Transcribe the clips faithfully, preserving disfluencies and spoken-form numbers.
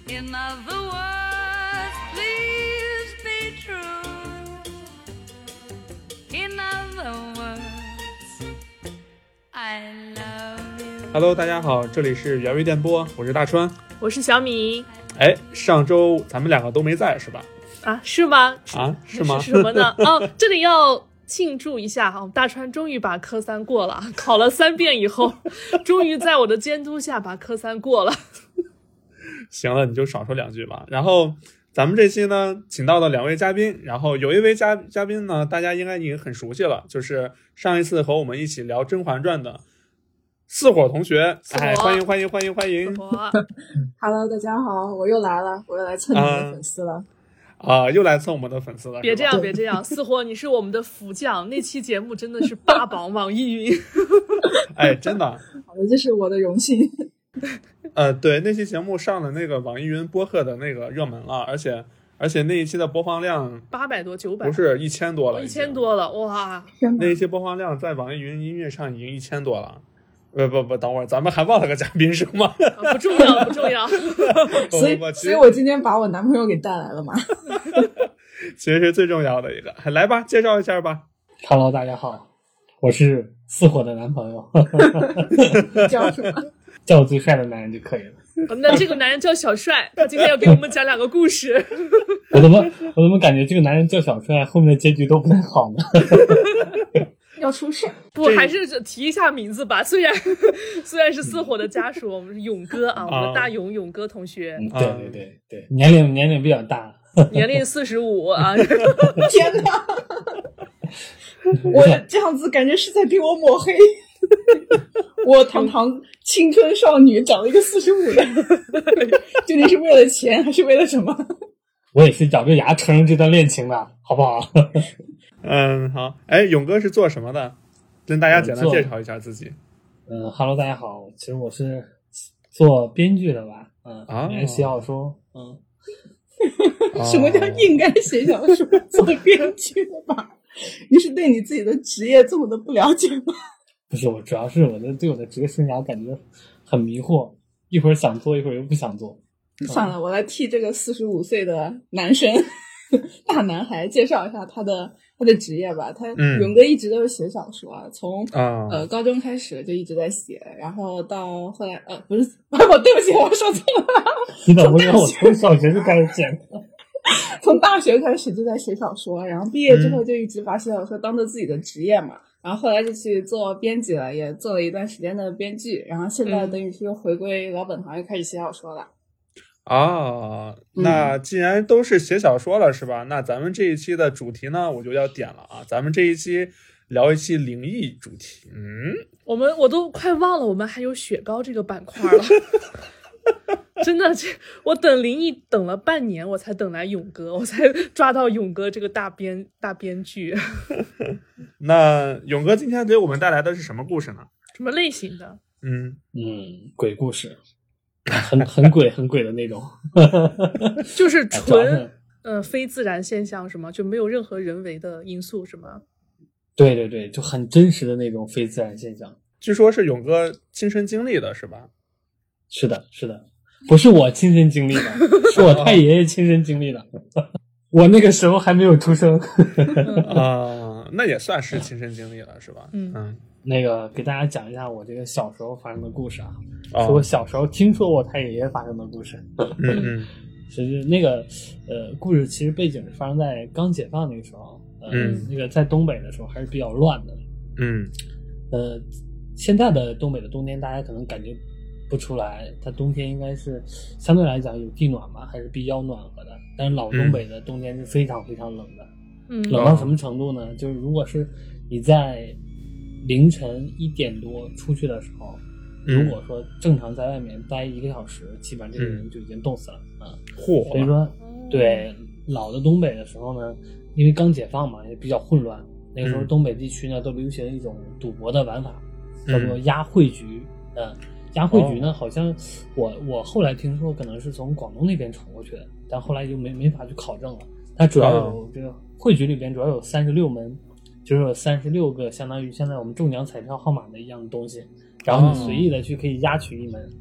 In other words, please be true. In other words, I love you. Hello， 大家好，这里是原味电波，我是大川， 我是小米。 哎，上周咱们两个都没在是吧？ 啊，是吗？ 啊，是吗？ 是什么呢？哦，这里要庆祝一下哈，大川终于把科三过了，考了三遍以后，终于在我的监督下把科三过了。 行了，你就少说两句吧。然后咱们这期呢，请到了两位嘉宾，然后有一位嘉嘉宾呢，大家应该已经很熟悉了，就是上一次和我们一起聊《甄嬛传》的四火同学。哎，欢迎欢迎欢迎欢迎 ！Hello， 大家好，我又来了，我又来蹭你们的粉丝了。 啊、呃，又来蹭我们的粉丝了。 别这样，别这样，四火，你是我们的福将，那期节目真的是霸榜网易云。 哎，真的。 好的，这是我的荣幸。 呃，对，那期节目上了那个网易云播客的那个热门了，而且而且那一期的播放量八百多九百， 不是一千多了， 一千多了，哇！ 那一期播放量在网易云音乐上已经一千多了。不不不，等会儿，咱们还忘了个嘉宾是吗？ 啊、不重要，不重要。 所以，所以我今天把我男朋友给带来了嘛。 其实是最重要的一个，来吧，介绍一下吧。 Hello， 大家好，我是四火的男朋友。 叫什么？ 叫我最帅的男人就可以了。 那这个男人叫小帅，他今天要给我们讲两个故事。 我怎么我怎么感觉这个男人叫小帅，后面的结局都不太好呢？ 要出事不，还是提一下名字吧。虽然虽然是四火的家属，我们是勇哥啊，我们的大勇勇哥同学。 嗯、对对对对，年龄年龄比较大， 年龄四十五啊。 天哪！我这样子感觉是在给我抹黑。我堂堂青春少女找了一个四十五的，究竟是为了钱还是为了什么？ 我也是咬着牙承认这段恋情的，好不好？ 嗯，好。哎，勇哥是做什么的？跟大家简单介绍一下自己。 嗯 ，Hello， 大家好，其实我是做编剧的吧，嗯， 啊， 写小说，嗯。 什么叫应该写小说做编剧的吧？你是对你自己的职业这么的不了解吗？ 不是，我主要是我的对我的职业生涯感觉很迷惑，一会儿想做，一会儿又不想做。 算了，我来替这个四十五岁的男生大男孩介绍一下他的他的职业吧。他、嗯、勇哥一直都是写小说啊，从、啊、呃高中开始就一直在写，然后到后来呃不是，我对不起，我说错了。 你怎么知道我从小学就开始写的？ 从大学开始就在写小说，然后毕业之后就一直把写小说当做自己的职业嘛。嗯，然后后来就去做编辑了，也做了一段时间的编剧，然后现在等于是又回归老本行，又开始写小说了。 啊，那既然都是写小说了，是吧？那咱们这一期的主题呢，我就要点了啊！咱们这一期聊一期灵异主题。嗯， 我们我都快忘了我们还有雪糕这个板块了。真的，这我等灵异等了半年，我才等来勇哥，我才抓到勇哥这个大编大编剧。 那勇哥今天给我们带来的是什么故事呢？ 什么类型的？ 嗯嗯，鬼故事，很很鬼很鬼的那种， 就是纯呃非自然现象是吗？就没有任何人为的因素是吗？ 对对对，就很真实的那种非自然现象。 据说是勇哥亲身经历的是吧？ 是的，是的。不是我亲身经历的，是我太爷爷亲身经历的。我那个时候还没有出生。 啊、呃，那也算是亲身经历了，是吧？ 嗯嗯。 那个给大家讲一下我这个小时候发生的故事啊，哦、是我小时候听说我太爷爷发生的故事。 嗯嗯。 其实那个呃故事其实背景是发生在刚解放那个时候，呃、 嗯， 那个在东北的时候还是比较乱的。 嗯。 呃，现在的东北的冬天大家可能感觉不出来，它冬天应该是相对来讲有地暖嘛，还是比较暖和的。但是老东北的冬天是非常非常冷的， 嗯， 冷到什么程度呢？就是如果是你在凌晨一点多出去的时候， 嗯、 如果说正常在外面待一个小时，基本上这个人就已经冻死了啊。 嚯、 嗯！所以说，对老的东北的时候呢，因为刚解放嘛，也比较混乱。那个时候东北地区呢，都流行一种赌博的玩法， 嗯、 叫做押汇局，嗯。押汇局呢，好像我我后来听说可能是从广东那边传过去的，但后来就没没法去考证了。它主要有这个汇局里边主要有三十六门，就是有三十六个相当于现在我们中奖彩票号码的一样东西，然后你随意的去可以押取一门。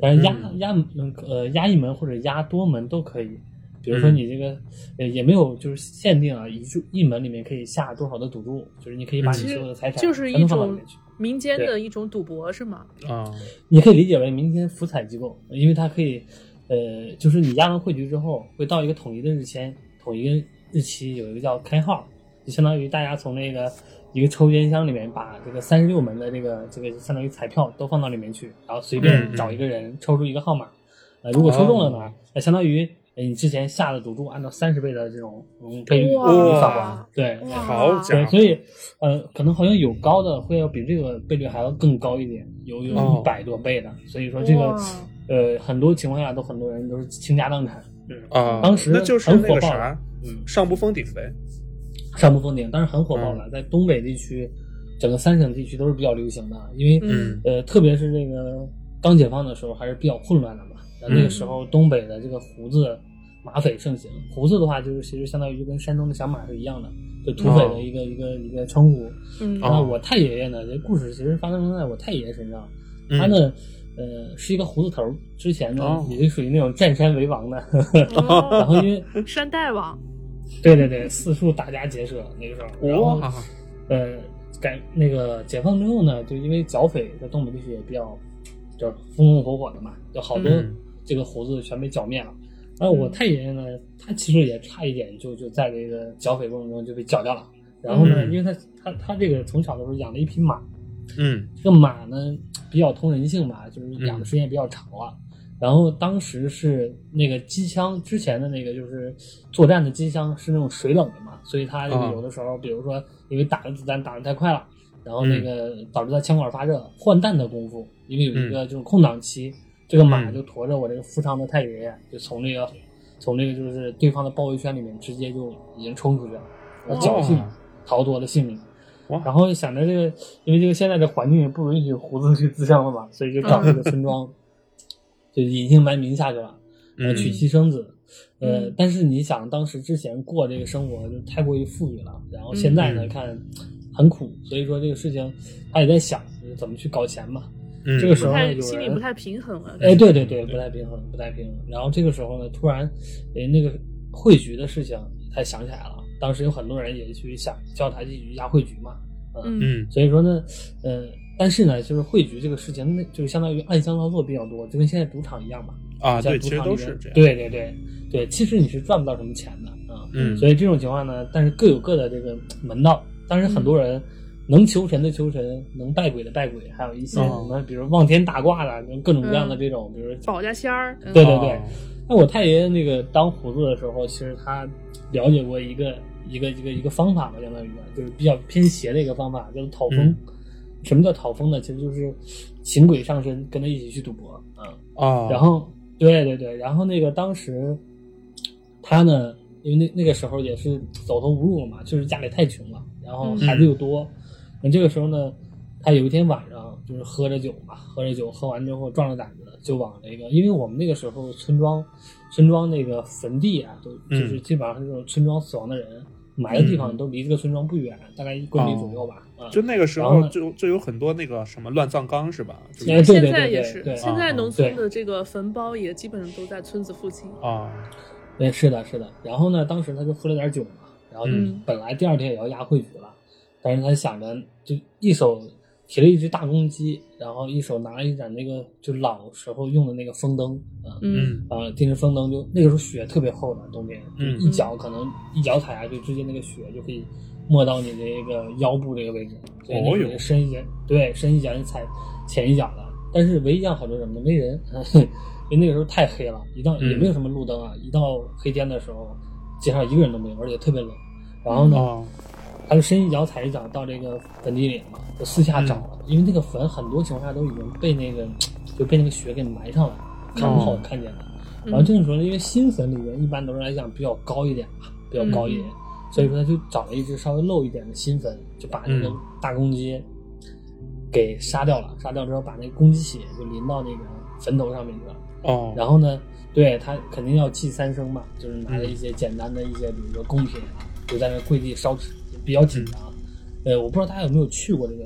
但是压、嗯、压呃压一门或者压多门都可以。比如说你这个、嗯、呃也没有就是限定啊，一一门里面可以下多少的赌注，就是你可以把你所有的财产就是一种民间的一种赌博是吗？ 啊， 你可以理解为民间福彩机构，因为它可以呃就是你压完汇局之后会到一个统一的日签，统一的日期有一个叫开号，就相当于大家从那个一个抽烟箱里面把这个三十六门的这个这个相当于彩票都放到里面去，然后随便找一个人、嗯、抽出一个号码，呃如果抽中了呢，那、哦、相当于你之前下的赌注按照三十倍的这种嗯倍率给你返还，对， 好对，所以呃可能好像有高的会要比这个倍率还要更高一点，有有一百多倍的，所以说这个呃很多情况下都很多人都是倾家荡产，嗯啊， 当时那就是很火爆， 嗯，上不封顶呗， 上不封顶，但是很火爆了，嗯、在东北地区，整个三省地区都是比较流行的，因为嗯呃特别是这个刚解放的时候还是比较混乱的嘛。那个时候东北的这个胡子马匪盛行，胡子的话就是其实相当于就跟山东的小马是一样的，就土匪的一个、哦、一个一个称呼。 嗯， 然后我太爷爷呢，这故事其实发生在我太爷爷身上，嗯、他呢呃是一个胡子头，之前呢、哦、也是属于那种占山为王的，哦、然后因为山大王， 对对对，四处打家劫舍那个时候，然后、哦、呃改那个解放之后呢，就因为剿匪在东北地区也比较就风风火火的嘛，就好多。嗯这个胡子全被剿灭了，而我太爷爷呢，他其实也差一点就就在这个剿匪过程中就被剿掉了。然后呢，嗯、因为他他他这个从小的时候养了一匹马， 嗯， 这个马呢比较通人性吧，就是养的时间也比较长了。嗯、然后当时是那个机枪之前的那个就是作战的机枪是那种水冷的嘛，所以他这个有的时候，哦、比如说因为打的子弹打得太快了，然后那个导致他枪管发热，换弹的功夫，因为有一个就是空档期。嗯这个马就驮着我这个扶伤的太爷爷，就从这个从这个就是对方的包围圈里面直接就已经冲出去了，侥幸逃脱了性命。然后想着这个，因为这个现在的环境也不允许胡子去自伤了嘛，所以就找这个村庄，就隐姓埋名下去了，呃，娶妻生子。呃，但是你想，当时之前过这个生活就太过于富裕了，然后现在呢看很苦，所以说这个事情他也在想怎么去搞钱嘛。 嗯、 这个时候呢，有人心里不太平衡了。 哎，对对对，不太平衡，不太平衡。然后这个时候呢，突然，哎，那个汇局的事情他想起来了。当时有很多人也去想叫他继续压汇局嘛， 嗯嗯。 所以说呢，呃，但是呢，就是汇局这个事情，那就是相当于暗箱操作比较多，就跟现在赌场一样嘛。 啊，对，其实都是这样。 对对对对，其实你是赚不到什么钱的啊。 嗯。 所以这种情况呢，但是各有各的这个门道。当然，很多人。嗯能求神的求神，能拜鬼的拜鬼，还有一些什么，比如望天大卦的，各种各样的这种， 嗯、 比如保家仙儿。 对对对。那、哦、我太爷爷那个当胡子的时候，其实他了解过一个一个一个一个方法吧，相当于就是比较偏邪的一个方法，叫做讨风。嗯、什么叫讨风呢？其实就是请鬼上身，跟他一起去赌博啊。 啊、嗯。 然后，对对对，然后那个当时他呢，因为那那个时候也是走投无路了嘛，就是家里太穷了，然后孩子又多。嗯那这个时候呢，他有一天晚上就是喝着酒嘛，喝着酒喝完之后壮着胆子就往那个，因为我们那个时候村庄，村庄那个坟地啊，都就是基本上是这种村庄死亡的人、嗯、埋的地方都离这个村庄不远，嗯、大概一公里左右吧。 哦嗯、就那个时候就就有很多那个什么乱葬岗是吧？ 就是、 现在也是， 对对对对现在农村的这个坟包也基本上都在村子附近啊。 对，是的，是的。然后呢，当时他就喝了点酒嘛，然后本来第二天也要压汇局了。但是他想着，就一手提了一只大公鸡，然后一手拿了一盏那个就老时候用的那个风灯啊， 嗯啊，盯着风灯就那个时候雪特别厚的冬天， 嗯， 一脚可能一脚踩下去，直接那个雪就可以没到你这个腰部这个位置，所以那个深一脚，对，深一脚你踩浅一脚的。但是唯一一样好处什么呢？没人，因为那个时候太黑了，一到也没有什么路灯啊，一到黑天的时候，街上一个人都没有，而且特别冷。然后呢？ 哦他就伸一脚踩一脚到这个坟地里嘛，就四下找了，嗯、因为那个坟很多情况下都已经被那个就被那个雪给埋上了，看不好看见的。 嗯、 然后这个时候，因为新坟里面一般都是来讲比较高一点嘛，比较高一点，嗯、所以说他就找了一只稍微漏一点的新坟，就把那个大公鸡给杀掉了。杀掉之后，把那个公鸡血就淋到那个坟头上面去了。 哦， 然后呢，对他肯定要祭三牲嘛，就是拿了一些简单的一些，比如说贡品啊，就在那跪地烧纸。比较紧张，呃，我不知道大家有没有去过这个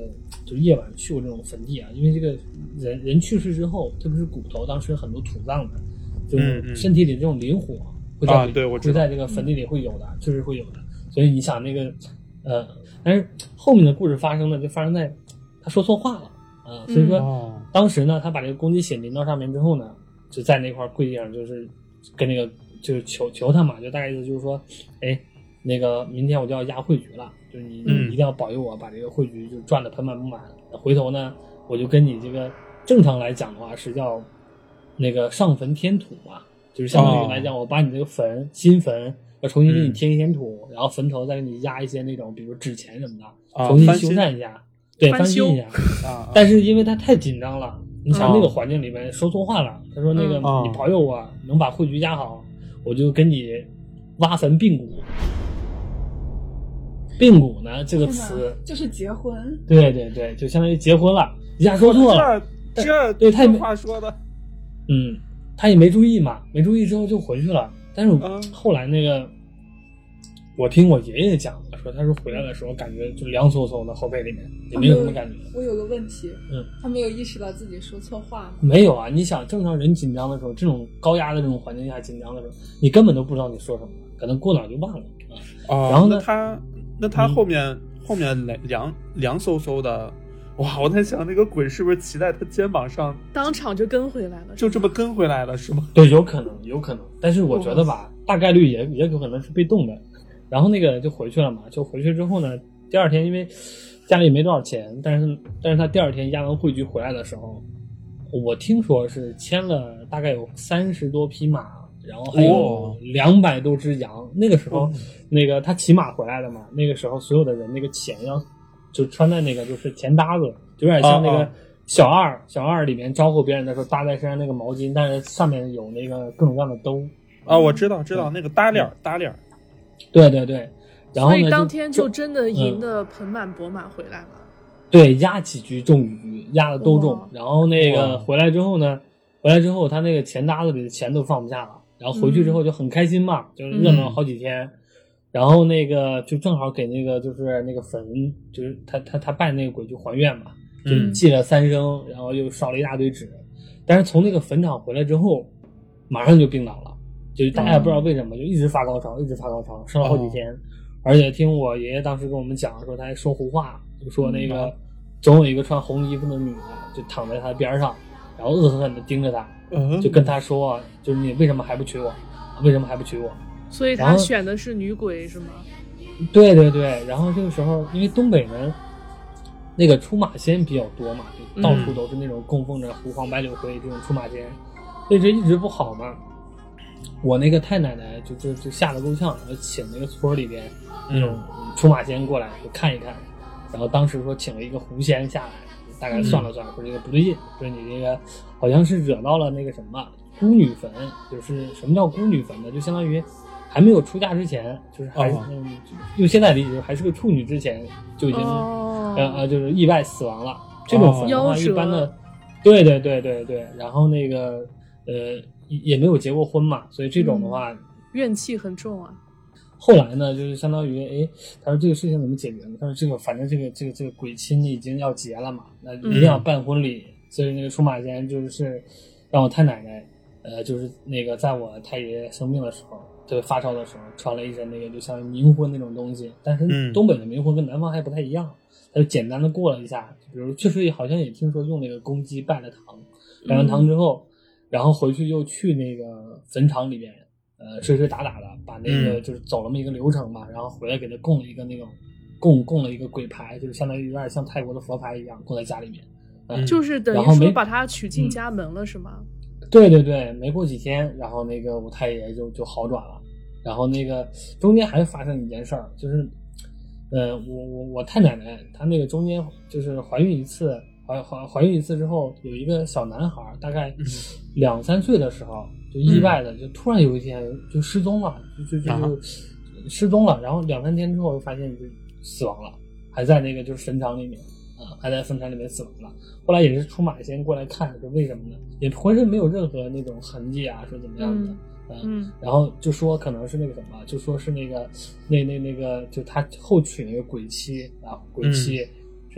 就夜晚去过这种坟地啊，因为这个人人去世之后，特别是骨头，当时很多土葬的，就是身体里这种灵火会在、 啊、对我会在这个坟地里会有的，确实会有的。所以你想那个呃，但是后面的故事发生呢，就发生在他说错话了啊、呃，所以说、嗯、当时呢，他把这个公鸡血淋到上面之后呢，就在那块跪地上，就是跟那个就是求求他嘛，就大概意思就是说，哎，那个明天我就要压会局了，就是你、嗯、你一定要保佑我把这个会局就赚得盆满钵满。回头呢，我就跟你这个正常来讲的话是叫那个上坟添土嘛，就是相当于来讲，我把你这个坟、哦、新坟要重新给你添一添土、嗯，然后坟头再给你压一些那种比如纸钱什么的， 啊、 重新修缮一下，对，翻新一下。 啊， 但是因为他太紧张了，你想那个环境里面说错话了，他说那个、嗯、你保佑我能把会局压好，我就跟你挖坟并骨。并骨呢这个词就是结婚， 对对对，就相当于结婚了，一下说错了， 这这对他也没话说的， 嗯，他也没注意嘛，没注意之后就回去了。但是后来那个，嗯、我听我爷爷讲的说，他说回来的时候感觉就凉飕飕的，后背里面也没有什么感觉。 我有个问题， 嗯， 他没有意识到自己说错话吗？ 没有啊，你想正常人紧张的时候，这种高压的这种环境下紧张的时候，你根本都不知道你说什么，可能过哪就忘了啊。 哦， 然后呢， 那他。那他后面、嗯、后面凉凉飕飕的，哇！我在想那个鬼是不是骑在他肩膀上， 当场就跟回来了， 就这么跟回来了是吗？ 对，有可能，有可能。但是我觉得吧，大概率也也有可能是被动的。然后那个就回去了嘛，就回去之后呢，第二天因为家里没多少钱，但是但是他第二天压完会局回来的时候，我听说是牵了大概有三十多匹马。然后还有两百多只羊、哦，那个时候、哦，那个他骑马回来的嘛，那个时候所有的人那个钱要就穿在那个就是钱搭子，就有点像那个小二、哦、小二里面招呼别人的时候搭在身上那个毛巾，但是上面有那个各种各样的兜。 啊、哦，我知道知道那个搭链搭链。 对对对，然后呢， 所以当天就真的赢得盆满钵满回来了。 嗯、对，压几局中几局，压的都中。然后那个回来之后呢，回来之后他那个钱搭子里的钱都放不下了。然后回去之后就很开心嘛，嗯、就是热闹好几天、嗯，然后那个就正好给那个就是那个坟，就是他他他拜那个鬼就还愿嘛，就祭了三牲，然后又烧了一大堆纸，但是从那个坟场回来之后，马上就病倒了，就是大家也不知道为什么，就一直发高烧，一直发高烧，烧了好几天，哦、而且听我爷爷当时跟我们讲说，他还说胡话，就说那个、嗯、总有一个穿红衣服的女的就躺在他边上，然后恶狠狠地盯着他。就跟他说，就是你为什么还不娶我？为什么还不娶我？ 所以他选的是女鬼是吗？ 对对对，然后这个时候，因为东北呢，那个出马仙比较多嘛，就到处都是那种供奉着狐黄白柳灰这种出马仙，所以这一直不好嘛。我那个太奶奶就就就吓得够呛，我请那个村里边那种出马仙过来就看一看，然后当时说请了一个狐仙下来。大概算了算，说这个不对劲，说你这个好像是惹到了那个什么孤女坟，就是什么叫孤女坟呢？就相当于还没有出嫁之前，就是还是、哦、嗯，用现在理解还是个处女之前就已经、哦、呃呃就是意外死亡了。这种坟的话，一般的，对对对对对，然后那个呃也没有结过婚嘛，所以这种的话、嗯、 怨气很重啊。 后来呢，就是相当于，哎，他说这个事情怎么解决呢？他说这个反正这个这个这个鬼亲已经要结了嘛，那一定要办婚礼，嗯、所以那个出马仙就是让我太奶奶，呃，就是那个在我太爷爷生病的时候，对发烧的时候，穿了一身那个就像冥婚那种东西，但是东北的冥婚跟南方还不太一样，他就简单的过了一下，比如确实好像也听说用那个公鸡拜了堂，拜完堂之后，然后回去又去那个坟场里边。呃，吹吹打打的，把那个就是走了这么一个流程嘛，嗯、然后回来给他供了一个那种，供供了一个鬼牌，就是相当于有点像泰国的佛牌一样，供在家里面。嗯、 就是等于说把他娶进家门了，嗯、是吗？ 对对对，没过几天，然后那个我太爷就就好转了，然后那个中间还发生一件事儿，就是，呃，我我我太奶奶她那个中间就是怀孕一次，怀怀怀孕一次之后，有一个小男孩，大概两三岁的时候。就意外的，就突然有一天就失踪了，就就就就失踪了。然后两三天之后，发现就死亡了，还在那个就是坟场里面啊，还在坟场里面死亡了。后来也是出马仙过来看，说为什么呢？也浑身没有任何那种痕迹啊，说怎么样的，嗯，嗯然后就说可能是那个什么，就说是那个那那那个就他后娶那个鬼妻啊，鬼妻。嗯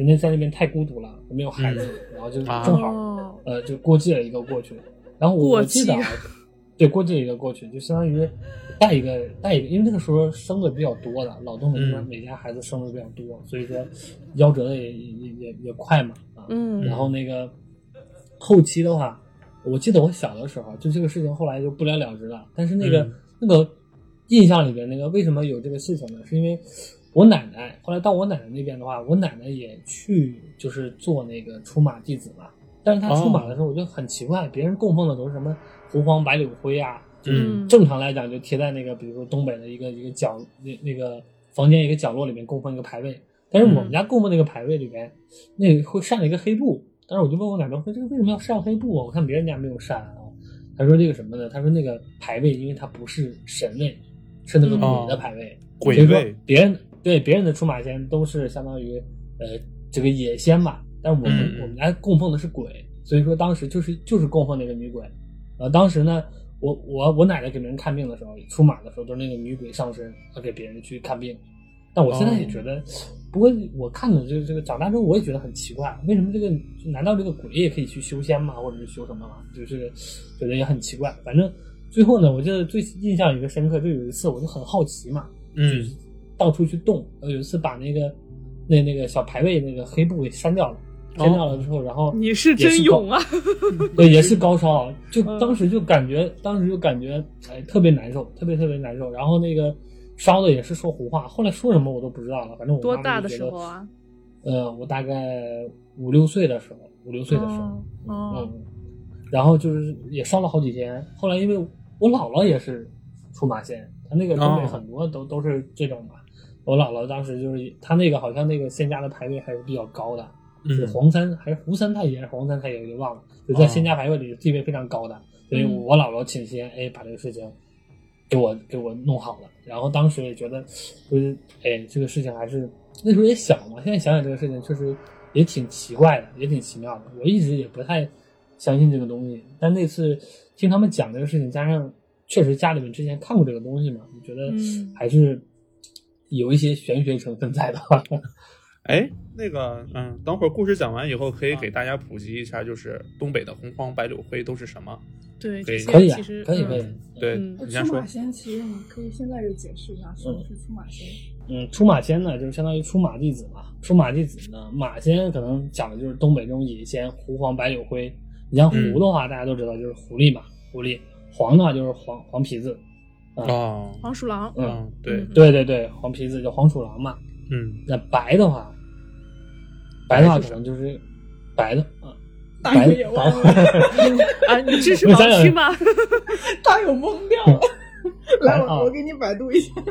人家在那边太孤独了，没有孩子，嗯、然后就正好、哦、呃就过继了一个过去，然后我我记得对过继了一个过去，就相当于带一个带一个，因为那个时候生的比较多的，老东北那边每家孩子生的比较多，嗯、所以说夭折的也也也也快嘛啊， 嗯， 然后那个后期的话，我记得我小的时候，就这个事情后来就不了了之了，但是那个、嗯、那个印象里边那个为什么有这个事情呢？是因为我奶奶后来到我奶奶那边的话，我奶奶也去就是做那个出马弟子嘛。但是她出马的时候，我就很奇怪，哦、别人供奉的都是什么狐黄白柳灰啊，就是正常来讲就贴在那个比如说东北的一个一个角那那个房间一个角落里面供奉一个牌位，但是我们家供奉那个牌位里面，那个会扇了一个黑布。当时我就问我奶奶说：“这个为什么要扇黑布啊？我看别人家没有扇啊。”她说：“这个什么呢？她说那个牌位，因为它不是神位，是那个鬼的牌位， 鬼、 嗯、 位。 别人对别人的出马仙都是相当于呃这个野仙吧，但是我们、嗯、我们家供奉的是鬼，所以说当时就是就是供奉那个女鬼。呃，当时呢，我我我奶奶给别人看病的时候，出马的时候都是那个女鬼上身，要给别人去看病。但我现在也觉得。哦”不过我看了这个这个长大之后，我也觉得很奇怪，为什么这个难道这个鬼也可以去修仙吗？或者是修什么吗？就是觉得也很奇怪。反正最后呢，我记得最印象一个深刻，就有一次我就很好奇嘛， 嗯， 到处去动。有一次把那个那那个小牌位那个黑布给删掉了，删掉了之后，然后你是真勇啊！ 对，也是高烧，就当时就感觉，当时就感觉哎特别难受，特别特别难受。然后那个。烧的也是说胡话，后来说什么我都不知道了。反正我多大的时候啊？ 呃，我大概五六岁的时候，五六岁的时候， 哦、 嗯，然后就是也烧了好几天。后来因为我姥姥也是出马仙，她那个东北很多都、哦、都是这种嘛。我姥姥当时就是她那个好像那个仙家的牌位还是比较高的， 嗯、 是黄三还是胡三太爷还是黄三太爷我就忘了，就在仙家牌位里地位非常高的，哦、所以我姥姥请仙，哎，把这个事情。给我给我弄好了，然后当时也觉得，就是哎，这个事情还是那时候也小嘛，现在想想这个事情确实也挺奇怪的，也挺奇妙的。我一直也不太相信这个东西，但那次听他们讲这个事情，加上确实家里面之前看过这个东西嘛，我觉得还是有一些玄学成分在的。 哎，那个，嗯，等会儿故事讲完以后，可以给大家普及一下，就是东北的红黄白柳灰都是什么？ 对， 可以， 可以啊， 其实可以，可以。 对， 嗯、 你先说。 出马仙其实你可以现在就解释一下，什么是出马仙？ 嗯，出马仙呢，就是相当于出马弟子嘛。出马弟子呢，马仙可能讲的就是东北这种野仙，狐黄白柳灰。你像狐的话，嗯、大家都知道就是狐狸嘛，狐狸；黄的话就是黄黄皮子。 啊、哦， 黄鼠狼。 嗯，对， 对对对，黄皮子叫黄鼠狼嘛。 嗯， 那白的话，白的话可能就是白的啊。 大爷也忘了啊！你这是盲区吗？ 他有懵掉了。来，我我给你百度一下。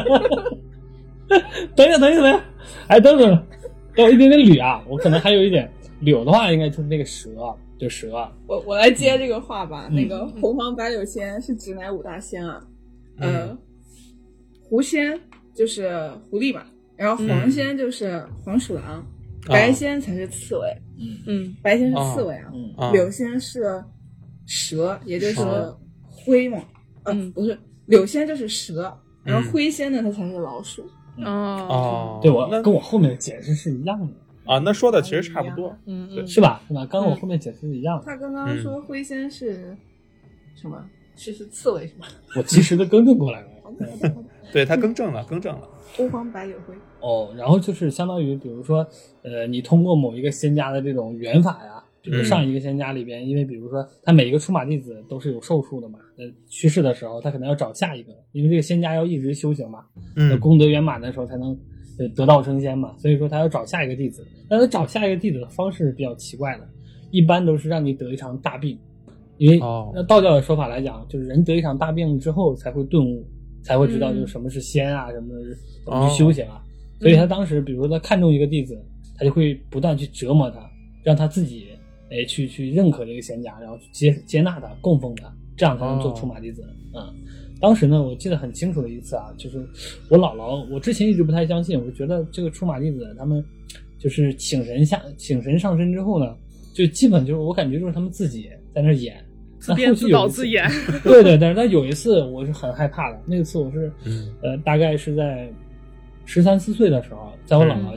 等一下，等一下，等一下，哎，等等，等我一点点捋啊，我可能还有一点柳的话，应该就是那个蛇，就蛇。 我我来接这个话吧。嗯、那个红黄白柳仙是指乃五大仙啊，嗯、呃，狐仙就是狐狸嘛，然后黄仙就是黄鼠狼。嗯白仙才是刺猬， 嗯， 白仙是刺猬啊， 嗯， 柳仙是蛇，也就是灰嘛， 嗯、 呃，不是，柳仙就是蛇，然后灰仙呢，它才是老鼠。 哦， 对，我跟我后面的解释是一样的啊，那说的其实差不多， 嗯对， 是吧？是吧？刚刚我后面解释是一样的。 他刚刚说灰仙是什么？是是刺猬是吧？ 我及时的更正过来了。 对，他更正了，更正了。 狐黄白柳灰。 哦，然后就是相当于，比如说，呃，你通过某一个仙家的这种缘法呀，比如上一个仙家里边，嗯、因为比如说他每一个出马弟子都是有寿数的嘛，呃，去世的时候他可能要找下一个，因为这个仙家要一直修行嘛， 嗯， 功德圆满的时候才能呃得道成仙嘛，所以说他要找下一个弟子。但他找下一个弟子的方式比较奇怪的，一般都是让你得一场大病，因为那道教的说法来讲，就是人得一场大病之后才会顿悟。才会知道就是什么是仙啊，嗯、什么怎么去修行啊。哦、所以他当时，比如说他看中一个弟子，他就会不断去折磨他，让他自己哎去去认可这个仙家，然后接接纳他、供奉他，这样才能做出马弟子。哦、嗯，当时呢，我记得很清楚的一次啊，就是我姥姥，我之前一直不太相信，我就觉得这个出马弟子他们就是请神下请神上身之后呢，就基本就是我感觉就是他们自己在那演。 自编自导自演， 对对，但是但有一次我是很害怕的，那次我是，嗯、呃，大概是在十三四岁的时候，在我姥姥家，嗯、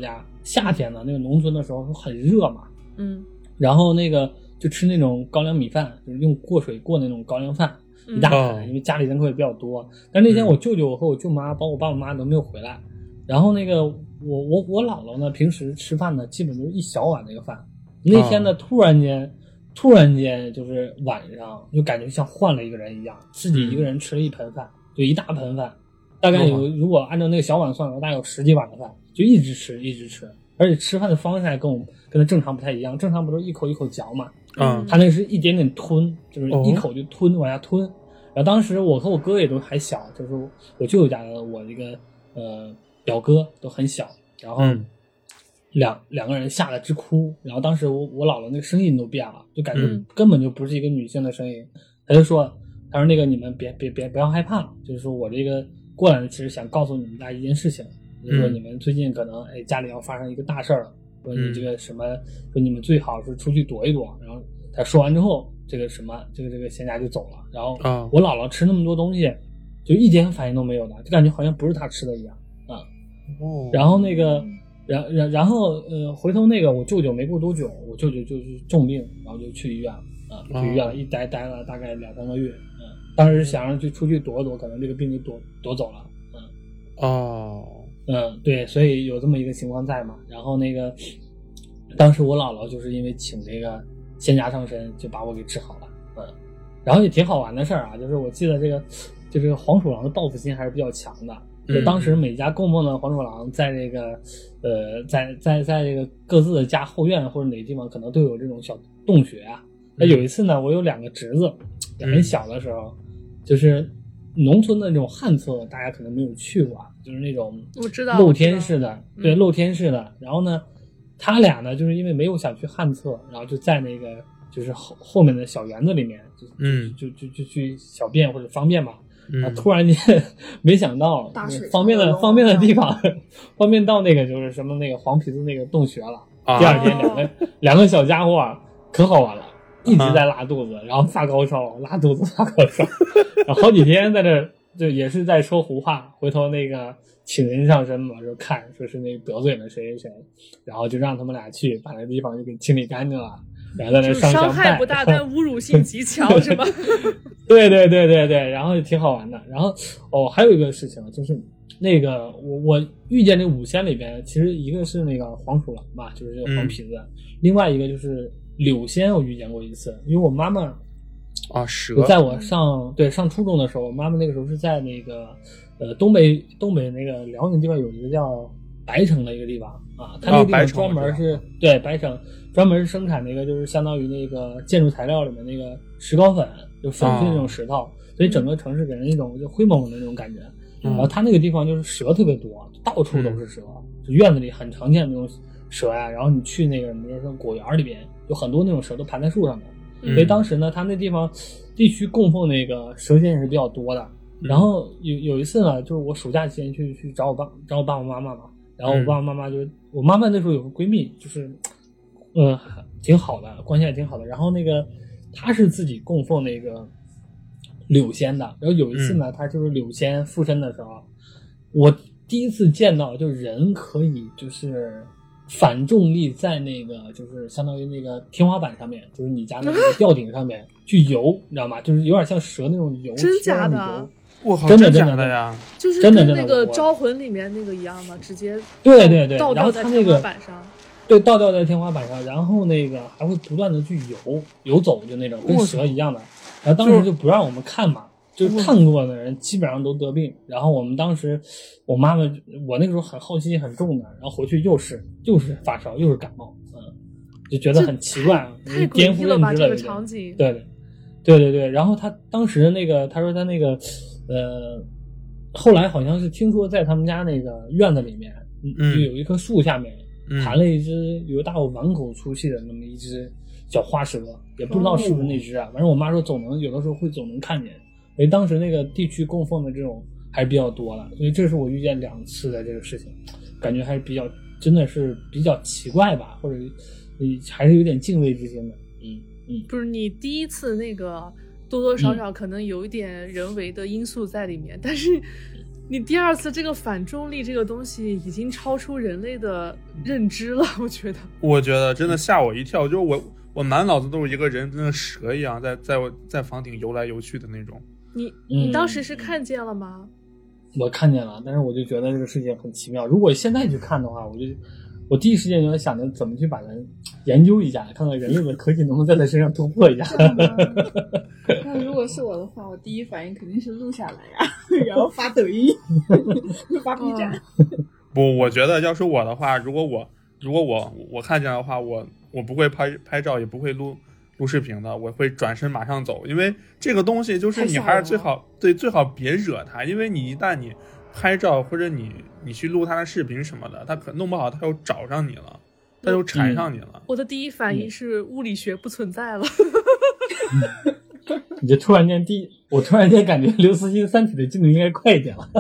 夏天呢，那个农村的时候很热嘛， 嗯， 然后那个就吃那种高粱米饭，就是用过水过那种高粱饭，一大盆、嗯，因为家里人口也比较多。但那天我舅舅和我舅妈，包括我爸我妈都没有回来。然后那个我我我姥姥呢，平时吃饭呢，基本就是一小碗那个饭。那天呢，突然间，突然间就是晚上，就感觉像换了一个人一样，自己一个人吃了一盆饭，就一大盆饭，大概有如果按照那个小碗算的话，大概有十几碗的饭，就一直吃一直吃，而且吃饭的方式还跟我们跟他正常不太一样，正常不都一口一口嚼嘛， 嗯， 他那个是一点点吞，就是一口就吞、哦、往下吞。然后当时我和我哥也都还小，就是我舅舅家的我这个呃表哥都很小，然后。嗯两两个人吓得直哭，然后当时我我姥姥那个声音都变了，就感觉根本就不是一个女性的声音。嗯、他就说，他说那个你们别别别不要害怕，就是说我这个过来其实想告诉你们大家一件事情，就是说你们最近可能哎家里要发生一个大事儿了，说你这个什么，说你们最好是出去躲一躲。然后他说完之后，这个什么这个这个仙家就走了。然后我姥姥吃那么多东西，就一点反应都没有的，就感觉好像不是他吃的一样啊。哦，然后那个。然然然后呃，回头那个我舅舅没过多久，我舅舅就是重病，然后就去医院了啊，去医院了，一待待了大概两三个月。嗯，当时想让去出去躲躲，可能这个病就躲躲走了。嗯， 哦， 嗯，对，所以有这么一个情况在嘛。然后那个当时我姥姥就是因为请这个仙家上身，就把我给治好了。嗯，然后也挺好玩的事儿啊，就是我记得这个就这个黄鼠狼的报复心还是比较强的。就当时每家供奉的黄鼠狼在这个呃在在在这个各自的家后院或者哪个地方可能都有这种小洞穴啊。那有一次呢，我有两个侄子也很小的时候，就是农村的那种旱厕，大家可能没有去过，就是那种我知道露天式的，对，露天式的。然后呢，他俩呢就是因为没有想去旱厕，然后就在那个就是后后面的小园子里面，就嗯就就就去小便或者方便嘛。啊！突然间没想到，方便的方便的地方，方便到那个就是什么那个黄皮子那个洞穴了。啊、第二天两个两个小家伙可好玩了，一直在拉肚子，然后发高烧，拉肚子发高烧，然后好几天在这就也是在说胡话。回头那个请人上身嘛，就看说是那得罪了谁谁谁，然后就让他们俩去把那地方就给清理干净了。然后在那上香拜， 伤害不大，但侮辱性极强，是吧？ 对对对对对，然后就挺好玩的。然后哦，还有一个事情就是那个我我遇见这五仙里边，其实一个是那个黄鼠狼吧，就是这个黄皮子，嗯、另外一个就是柳仙，我遇见过一次，因为我妈妈啊蛇， 在我上对上初中的时候，我妈妈那个时候是在那个呃东北东北那个辽宁地方有一个叫白城的一个地方啊，它那个地方专门是、哦、对白城。专门是生产那个就是相当于那个建筑材料里面那个石膏粉，就粉碎那种石头，哦、所以整个城市给人一种就灰蒙蒙的那种感觉。嗯、然后它那个地方就是蛇特别多，到处都是蛇，嗯、就院子里很常见的那种蛇呀。然后你去那个比如说果园里边，有很多那种蛇都盘在树上的。嗯、所以当时呢，他那地方地区供奉那个蛇仙也是比较多的。嗯、然后有有一次呢，就是我暑假期间去去找我爸找我爸爸妈妈嘛，然后我爸爸妈妈就、嗯、我妈妈那时候有个闺蜜就是。呃，挺好的，关系也挺好的。然后那个他是自己供奉那个柳仙的。然后有一次呢，嗯、他就是柳仙附身的时候，我第一次见到，就人可以就是反重力在那个就是相当于那个天花板上面，就是你家那个吊顶上面去游，你知道吗？就是有点像蛇那种游， 真假的？ 哇， 真的真的呀！ 就是跟那个招魂里面那个一样吗？直接对对对， 倒吊在天花板上。 对，倒吊在天花板上，然后那个还会不断的去游游走，就那种跟蛇一样的。然后当时就不让我们看嘛，就是看过的人基本上都得病。然后我们当时，我妈妈，我那个时候很好奇心很重的，然后回去又是又是发烧又是感冒，嗯，就觉得很奇怪， 太颠覆认知了。 这个场景， 对对对对对。然后他当时那个，他说他那个，呃，后来好像是听说在他们家那个院子里面，就有一棵树下面。盘了一只有大有碗口粗细的那么一只小花蛇，也不知道是不是那只啊。反正我妈说总能有的时候会总能看见，因为当时那个地区供奉的这种还是比较多的，所以这是我遇见两次的这个事情，感觉还是比较真的是比较奇怪吧，或者还是有点敬畏之心的。嗯嗯， 就是你第一次那个多多少少可能有一点人为的因素在里面，嗯、但是你第二次这个反重力这个东西已经超出人类的认知了，我觉得。 我觉得真的吓我一跳，就是我我满脑子都是一个人跟蛇一样在在我在房顶游来游去的那种。 你你当时是看见了吗？ 嗯、我看见了，但是我就觉得这个事情很奇妙。如果现在去看的话，我就我第一时间就在想着怎么去把它研究一下，看看人类的科技能不能在它身上突破一下。 那如果是我的话，我第一反应肯定是录下来呀，然后发抖音、发 B 站。 不，我觉得要是我的话，如果我如果我我看见的话，我我不会拍拍照，也不会录录视频的，我会转身马上走，因为这个东西就是你还是最好对最好别惹它，因为你一旦你拍照或者你你去录他的视频什么的，他可弄不好他又找上你了，他又缠上你了。 嗯、我的第一反应是物理学不存在了。 嗯你就突然间第，我突然间感觉刘慈欣《三体》的进度应该快一点了。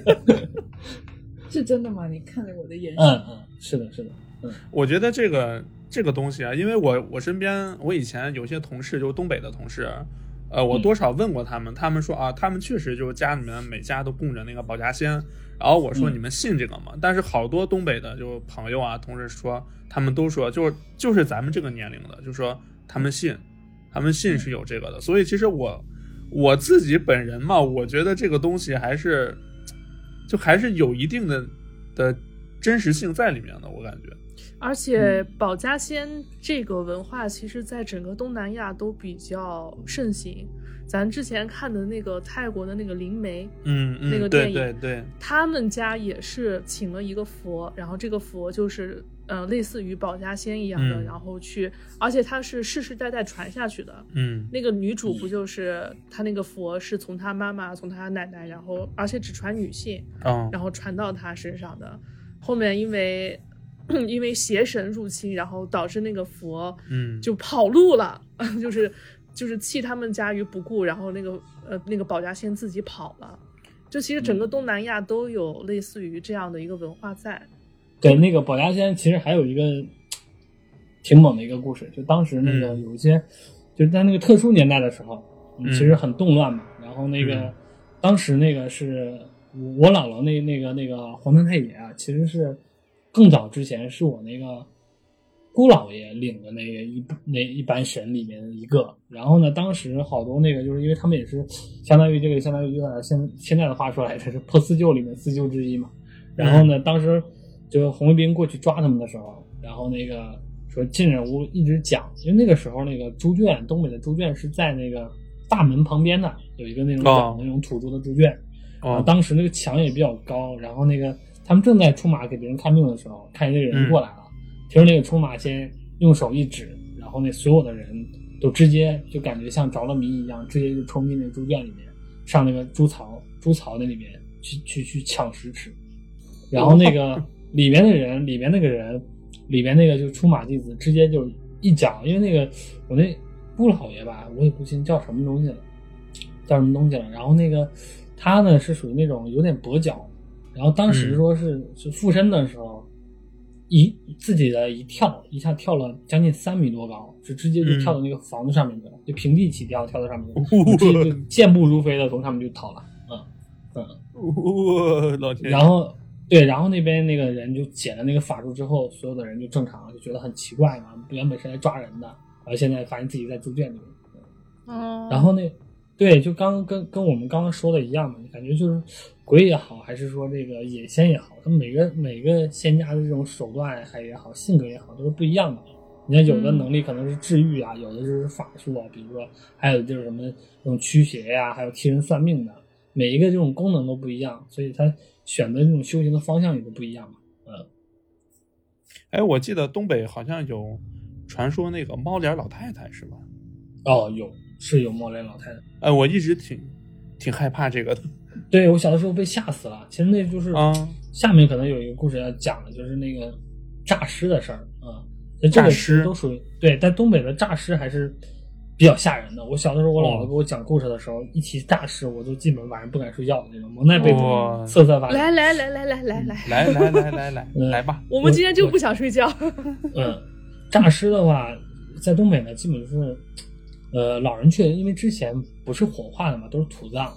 是真的吗？你看了我的眼神？ 嗯嗯，是的，是的。嗯， 我觉得这个这个东西啊，因为我我身边我以前有些同事，就是东北的同事，呃，我多少问过他们，嗯、他们说啊，他们确实就是家里面每家都供着那个保家仙。然后我说你们信这个吗？嗯、但是好多东北的就朋友啊、同事说，他们都说就是就是咱们这个年龄的，就说他们信。他们信是有这个的，所以其实我我自己本人嘛，我觉得这个东西还是就还是有一定的的真实性在里面的，我感觉。 而且保家仙这个文化其实在整个东南亚都比较盛行。咱之前看的那个泰国的那个灵媒， 嗯，嗯那个电影， 对对对， 他们家也是请了一个佛，然后这个佛就是呃类似于保家仙一样的，嗯、然后去，而且它是世世代代传下去的。 嗯， 那个女主不就是她那个佛是从她妈妈、从她奶奶，然后而且只传女性， 嗯、 然后传到她身上的。后面因为因为邪神入侵，然后导致那个佛嗯就跑路了，嗯、就是就是弃他们家于不顾，然后那个呃那个保家仙自己跑了。就其实整个东南亚都有类似于这样的一个文化在。 对，那个保家仙其实还有一个挺猛的一个故事，就当时那个有一些、嗯、就是在那个特殊年代的时候，嗯、其实很动乱嘛。然后那个、嗯、当时那个是我姥姥那那个那个皇太太爷啊，其实是更早之前是我那个姑姥爷领的那个一那一班神里面的一个。然后呢，当时好多那个就是因为他们也是相当于这个相当于现现在的话说来，这是破四旧里面四旧之一嘛。然后呢，当时就红卫兵过去抓他们的时候，然后那个说进人屋一直讲，因为那个时候那个猪圈，东北的猪圈是在那个大门旁边的，有一个那种小的那种土猪的猪圈。哦，当时那个墙也比较高，然后那个他们正在出马给别人看病的时候，看见那个人过来了，嗯、听着那个出马先用手一指，然后那所有的人都直接就感觉像着了迷一样，直接就冲进那猪圈里面，上那个猪槽猪槽那里面去去去抢食吃。然后那个里面的人，里面那个人，里面那个就出马弟子，直接就一脚，因为那个我那姑老爷吧，我也不清叫什么东西了，叫什么东西了。然后那个他呢是属于那种有点跛脚，然后当时说是、嗯、是附身的时候，一自己的一跳，一下跳了将近三米多高，就直接就跳到那个房子上面去了，嗯、就平地起跳，跳到上面去了，直接就健步如飞的从上面就逃了，嗯嗯， 哦、老天， 然后。对，然后那边那个人就解了那个法术之后，所有的人就正常了，就觉得很奇怪嘛，原本是来抓人的，然后现在发现自己在猪圈里面。 嗯， 然后那，对，就刚跟跟我们刚刚说的一样嘛，感觉就是鬼也好，还是说这个野仙也好，他们每个每个仙家的这种手段还也好，性格也好，都是不一样的。你看有的能力可能是治愈啊，嗯、有的就是法术啊，比如说还有就是什么这种驱邪呀、啊，还有替人算命的，每一个这种功能都不一样，所以他选的这种修行的方向也都不一样嘛。嗯， 哎，我记得东北好像有传说那个猫脸老太太是吧？ 哦，有是有猫脸老太太。 哎，我一直挺挺害怕这个的。 对，我小的时候被吓死了。其实那就是啊，下面可能有一个故事要讲的，就是那个诈尸的事儿啊。 诈尸都属于对，但东北的诈尸还是比较吓人的。我小的时候，我姥姥给我讲故事的时候，哦、一提诈尸，我都基本晚上不敢睡觉的那种，蒙在被子里，瑟瑟发抖。 来来来来来来来来来来来来来吧， 我们今天就不想睡觉。 嗯，诈尸的话，在东北呢，基本是，呃，老人去，因为之前不是火化的嘛，都是土葬，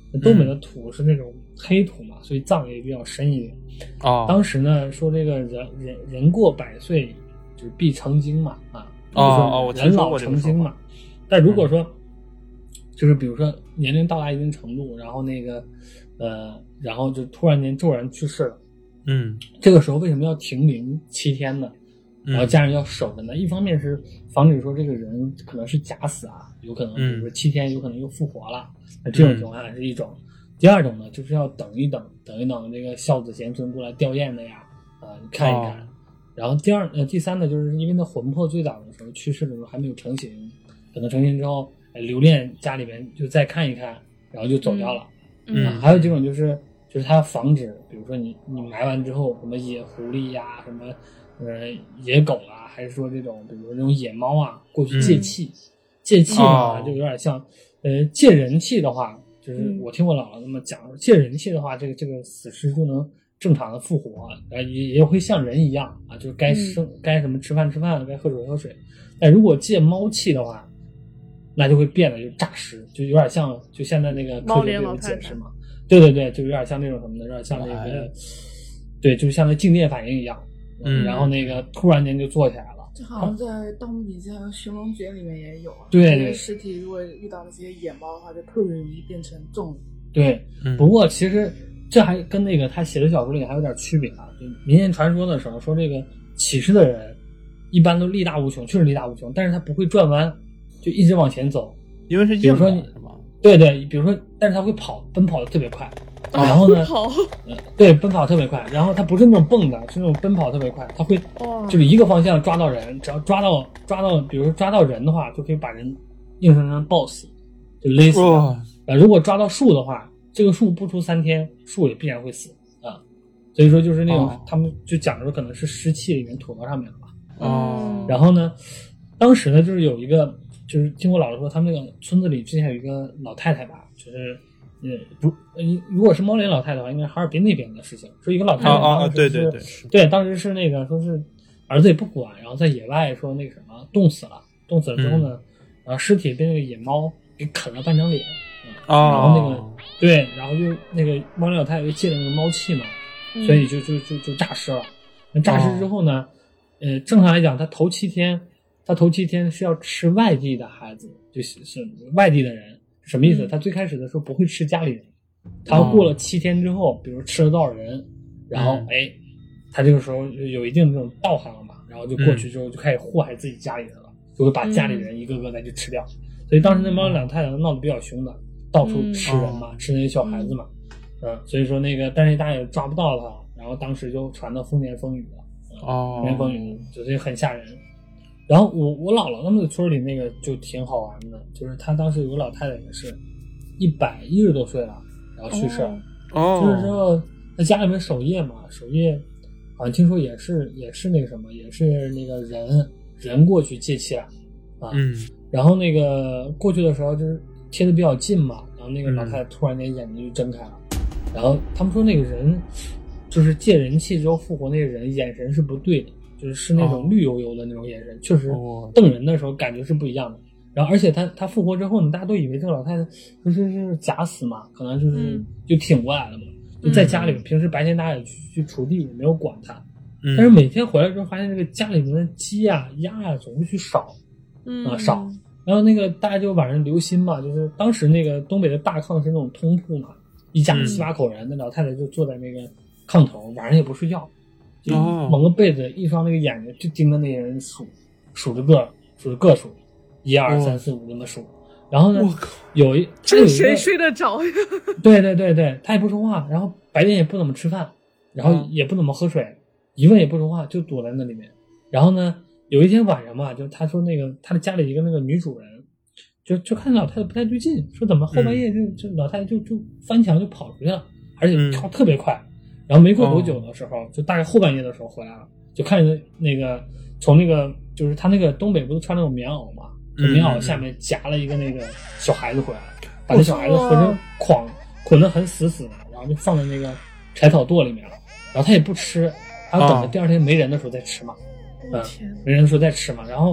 东北的土是那种黑土嘛，所以葬也比较深一点。 哦， 当时呢说这个人人人过百岁就是必成精嘛，啊， 哦哦，我人老成精嘛。但如果说、嗯、就是比如说年龄到达一定程度，然后那个呃，然后就突然间骤然去世了， 嗯， 这个时候为什么要停灵七天呢？然后家人要守着呢、嗯、一方面是防止说这个人可能是假死啊，有可能比如说七天有可能又复活了，那、嗯、这种情况是一种。第二种呢，就是要等一等，等一等这个孝子贤孙过来吊唁的呀，啊、呃，看一看。哦、然后第二呃第三呢，就是因为那魂魄最早的时候去世的时候还没有成型，等到成型之后，呃、留恋家里面就再看一看，然后就走掉了。 嗯， 啊、还有几种就是就是他防止，比如说你你埋完之后，什么野狐狸呀，什么呃野狗啊，还是说这种比如说这种野猫啊过去借气，嗯、借气的话、哦、就有点像呃借人气的话。就是我听我姥姥那么讲，借人气的话，这个这个死尸就能正常的复活，呃，也也会像人一样啊，就是该生、嗯、该什么吃饭吃饭，该喝水喝水。但如果借猫气的话，那就会变得就诈尸，就有点像就现在那个科学有解释嘛，对对对，就有点像那种什么的，有点像那个，哎、对，就是像那静电反应一样，嗯，然后那个突然间就坐起来了。 就好像在《盗墓笔记》还有《寻龙诀》里面也有啊。 对对， 尸体如果遇到那些野猫的话，就特别容易变成重。 对，嗯、不过其实这还跟那个他写的小说里还有点区别啊。就民间传说的时候说，这个起尸的人一般都力大无穷，确实力大无穷，但是他不会转弯，就一直往前走。 因为是比如说你，对对，比如说，但是他会跑，奔跑的特别快。 啊、 然后呢， 跑呃，对，奔跑特别快。然后他不是那种蹦的，是那种奔跑特别快。他会就是一个方向抓到人，只要抓到抓到，比如说抓到人的话，就可以把人硬生生抱死，就勒死。呃，如果抓到树的话，这个树不出三天，树也必然会死啊。所以说就是那种、哦、他们就讲说可能是湿气里面吐到上面了吧。 哦。 然后呢，当时呢就是有一个，就是听我姥姥说，他们那个村子里之前有一个老太太吧，就是。嗯，不，如果是猫脸老太太的话，应该是哈尔滨那边的事情。说一个老太太， 啊啊，对对对， 对，当时是那个说是儿子也不管，然后在野外说那个什么冻死了，冻死了之后呢，嗯、然后尸体被那个野猫给啃了半张脸， 啊、 嗯，然后那个对，然后就那个猫脸老太太就借了那个猫气嘛， 嗯、 所以就就就就诈尸了。那诈尸之后呢，呃，正常来讲，他头七天，他头七天是要吃外地的孩子，就是是外地的人。什么意思？他最开始的时候不会吃家里人，他过了七天之后，比如吃了多少人，然后哎，他这个时候有一定这种道行了嘛，然后就过去之后就开始祸害自己家里人了，就会把家里人一个个再去吃掉。所以当时那猫两太太闹得比较凶的，到处吃人嘛，吃那些小孩子嘛，嗯，所以说那个但是大家也抓不到他，然后当时就传到风言风语了， 哦， 风言风语就是很吓人。然后我我姥姥他们的村里那个就挺好玩的，就是她当时有个老太太也是一百一十多岁了，然后去世了。 哦， 就是说在家里面守夜嘛，守夜好像听说也是也是那个什么，也是那个人人过去借气了啊。 嗯。 然后那个过去的时候就是贴得比较近嘛，然后那个老太太突然间眼睛就睁开了，嗯、然后他们说那个人就是借人气之后复活，那个人眼神是不对的。就是是那种绿油油的那种眼神，哦、确实瞪人的时候感觉是不一样的。然后而且他他复活之后呢，大家都以为这个老太太就是是假死嘛，可能就是就挺过来了嘛，嗯、就在家里面，平时白天大家也去去锄地，也没有管他。嗯、但是每天回来之后，发现这个家里面的鸡啊、鸭啊总会去少， 嗯啊少。然后那个大家就晚上留心嘛，就是当时那个东北的大炕是那种通铺嘛，一家七八口人，那、嗯、老太太就坐在那个炕头，晚上也不睡觉。就蒙个被子，一双那个眼睛就盯着那些人数，数着个，数着个数，一二三四五这么数。然后呢，有一这谁睡得着呀？ 对对对对，他也不说话，然后白天也不怎么吃饭，然后也不怎么喝水，一问也不说话，就躲在那里面。然后呢，有一天晚上嘛，就他说那个他的家里一个那个女主人，就就看老太太不太对劲，说怎么后半夜就、嗯、就老太太就就翻墙就跑出去了，而且跳特别快。嗯然后没过多久的时候，哦、就大概后半夜的时候回来了，就看见那个从那个就是他那个东北不是穿那种棉袄嘛，从棉袄下面夹了一个那个小孩子回来，嗯、把这小孩子浑身捆捆得很死死的，然后就放在那个柴草垛里面了。然后他也不吃，还要等着第二天没人的时候再吃嘛， 嗯， 没人的时候再吃嘛。然后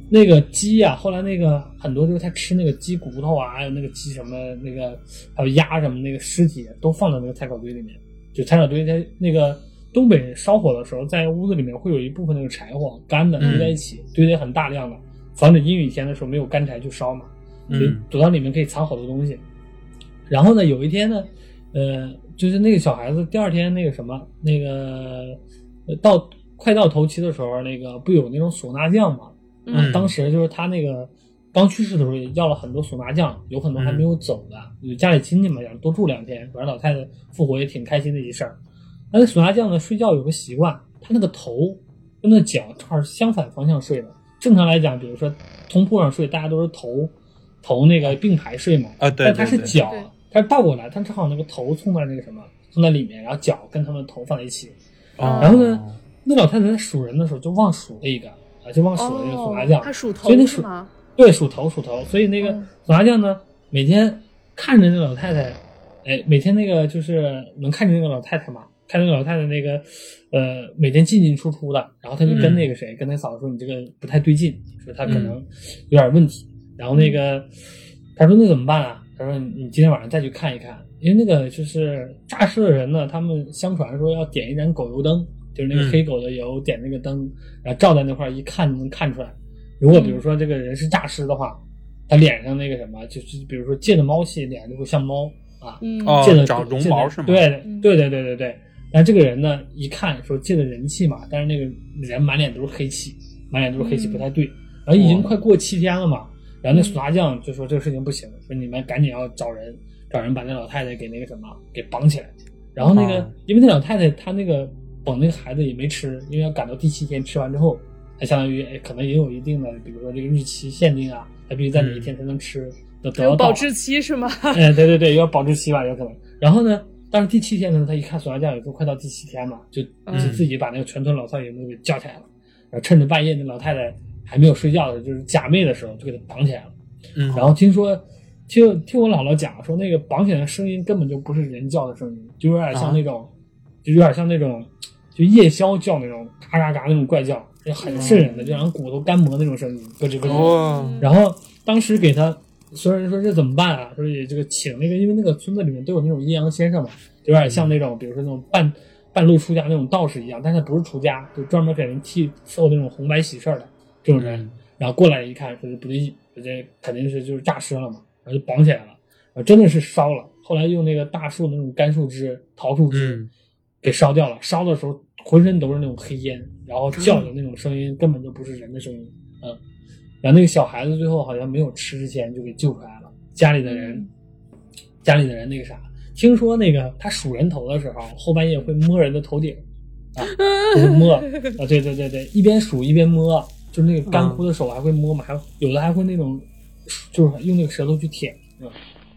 那个鸡啊，后来那个很多就是他吃那个鸡骨头啊，还有那个鸡什么那个还有鸭什么那个尸体都放在那个柴草堆里面。就柴草堆在那个东北烧火的时候，在屋子里面会有一部分那个柴火干的堆在一起，嗯、堆得很大量的，防止阴雨天的时候没有干柴去烧嘛。所以躲到里面可以藏好多东西。然后呢，有一天呢，呃，就是那个小孩子第二天那个什么那个到快到头七的时候，那个不有那种唢呐匠嘛？嗯、啊，当时就是他那个刚去世的时候也要了很多唢呐匠，有很多还没有走的，有、嗯、家里亲戚嘛，想多住两天，反正老太太复活也挺开心的一事儿。那个唢呐匠呢，睡觉有个习惯，他那个头跟那脚正好是相反方向睡的。正常来讲，比如说通铺上睡，大家都是头头那个并排睡嘛， 啊对， 但他是脚，他是倒过来，他正好那个头冲在那个什么，冲在里面，然后脚跟他们头放在一起。 哦、 然后呢，那老太太在数人的时候就忘数了一个。啊，就忘数了那个唢呐匠， 他数头是吗？ 对，数头数头，所以那个唢呐匠呢，每天看着那个老太太，哎，每天那个就是能看见那个老太太嘛，看那个老太太那个，呃，每天进进出出的，然后他就跟那个谁，嗯、跟那嫂子说你这个不太对劲，说他可能有点问题，嗯、然后那个他说那怎么办啊？他说你今天晚上再去看一看，因为那个就是诈尸的人呢，他们相传说要点一盏狗油灯。就是那个黑狗的油，点那个灯，然后照在那块一看就能看出来。如果比如说这个人是诈尸的话，他脸上那个什么，就是比如说借的猫气，脸就会像猫啊，借的长绒毛是吗？ 对对对对对对。但这个人呢，一看说借的人气嘛，但是那个人满脸都是黑气，满脸都是黑气，不太对。然后已经快过七天了嘛，然后那唢呐匠就说这个事情不行，说你们赶紧要找人，找人把那老太太给那个什么给绑起来。然后那个，因为那老太太她那个。绑那个孩子也没吃，因为要赶到第七天吃完之后，他相当于哎，可能也有一定的，比如说这个日期限定啊，他必须在哪一天才能吃，得得到有保质期是吗？ 哎，对对对，有保质期吧，有可能。然后呢，但是第七天呢，他一看唢呐匠也都快到第七天嘛，就就自己把那个全村老少爷们都给叫起来了，然后趁着半夜那老太太还没有睡觉的，就是假寐的时候，就给他绑起来了。 嗯， 然后听说，听听我姥姥讲说，那个绑起来的声音根本就不是人叫的声音，就有点像那种，啊、就有点像那种。就夜宵叫那种嘎嘎嘎那种怪叫，就很瘆人的，就让骨头干磨那种声音，咯吱咯吱。然后当时给他所有人说这怎么办啊？说也这个请那个，因为那个村子里面都有那种阴阳先生嘛，就有点像那种比如说那种半半路出家那种道士一样，但是他不是出家，就专门给人替受那种红白喜事的这种人。然后过来一看，说是不对劲，这肯定是就是诈尸了嘛，然后就绑起来了，然后真的是烧了。后来用那个大树的那种干树枝、桃树枝。嗯给烧掉了，烧的时候浑身都是那种黑烟，然后叫的那种声音根本就不是人的声音，嗯，然后那个小孩子最后好像没有吃之前就给救出来了，家里的人，家里的人那个啥，听说那个他数人头的时候，后半夜会摸人的头顶，啊，就是摸啊，对对对对，一边数一边摸，就是那个干枯的手还会摸嘛，还有的还会那种，就是用那个舌头去舔，嗯。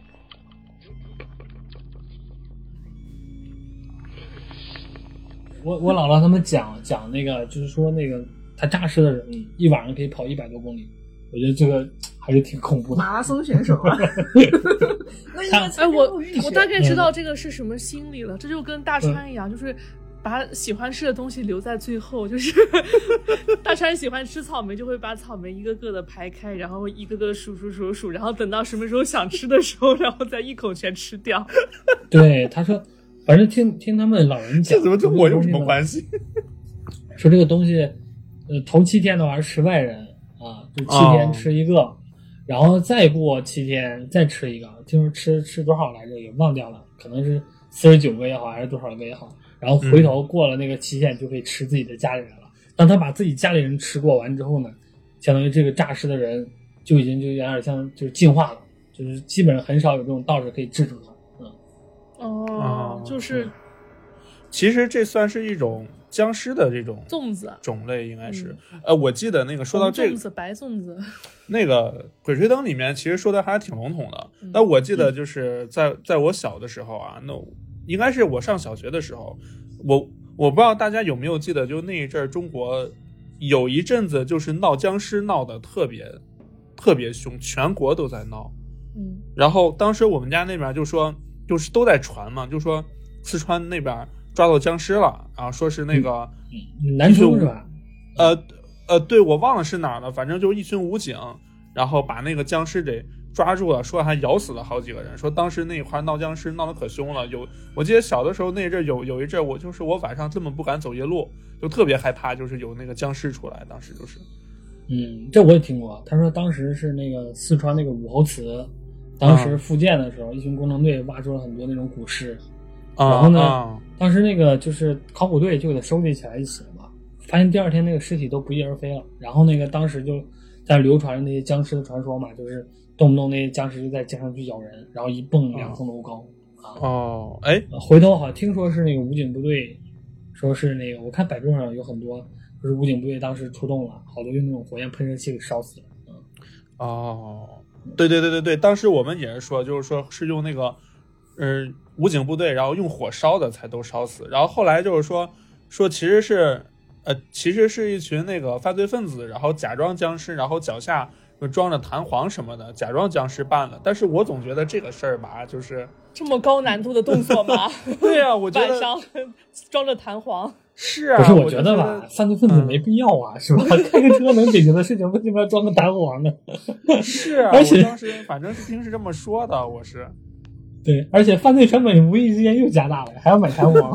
我我姥姥他们讲讲那个，就是说那个他诈尸的人一晚上可以跑一百多公里，我觉得这个还是挺恐怖的。 马拉松选手啊！ 哎，我我大概知道这个是什么心理了，这就跟大川一样，就是把喜欢吃的东西留在最后，就是大川喜欢吃草莓，就会把草莓一个个的排开，然后一个个数数数数，然后等到什么时候想吃的时候，然后再一口全吃掉。 对，他说。反正听听他们老人讲， 这怎么跟我有什么关系？ 说这个东西，呃，头七天的话是吃外人啊，就七天吃一个，哦、然后再过七天再吃一个，听说吃吃多少来着也忘掉了，可能是四十九个也好，还是多少个也好，然后回头过了那个期限就可以吃自己的家里人了。嗯、当他把自己家里人吃过完之后呢，相当于这个诈尸的人就已经就有点像就是进化了，就是基本上很少有这种道士可以制住他。 哦，就是， 其实这算是一种僵尸的这种粽子种类，应该是。嗯、呃，我记得那个说到这个粽子、白粽子， 那个《鬼吹灯》里面其实说的还挺笼统的。嗯、但我记得就是在在我小的时候啊，那应该是我上小学的时候，我我不知道大家有没有记得，就那一阵中国有一阵子就是闹僵尸闹得特别特别凶，全国都在闹。 嗯， 然后当时我们家那边就说。就是都在传嘛，就说四川那边抓到僵尸了，然后说是那个南充是吧？ 呃， 呃，对，我忘了是哪儿了，反正就是一群武警，然后把那个僵尸给抓住了，说还咬死了好几个人，说当时那一块闹僵尸闹得可凶了。有，我记得小的时候那阵有有一阵，我就是我晚上根本不敢走夜路，就特别害怕，就是有那个僵尸出来，当时就是。 嗯，这我也听过。他说当时是那个四川那个武侯祠，当时复建的时候，啊、一群工程队挖出了很多那种古尸，啊、然后呢、啊，当时那个就是考古队就给它收集起来一起了嘛，发现第二天那个尸体都不翼而飞了。然后那个当时就在流传着那些僵尸的传说嘛，就是动不动那些僵尸就在街上去咬人，然后一蹦两层楼高。啊、 哦，哎， 回头好像听说是那个武警部队，说是那个我看百度上有很多。就是武警部队当时出动了，好多用那种火焰喷射器给烧死了。嗯， 哦，对对对对对，当时我们也是说，就是说是用那个，嗯、呃，武警部队，然后用火烧的才都烧死。然后后来就是说，说其实是，呃，其实是一群那个犯罪分子，然后假装僵尸，然后脚下装着弹簧什么的，假装僵尸办了。但是我总觉得这个事儿吧，就是这么高难度的动作吗？ 对啊，我觉得板上装着弹簧。 是啊， 不是我觉得吧，犯罪分子没必要啊，嗯、是吧？开个车能解决的事情，为什么要装个弹簧呢？ 是啊，而且我当时反正是听是这么说的，我是。 对，而且犯罪成本无意之间又加大了，还要买弹簧。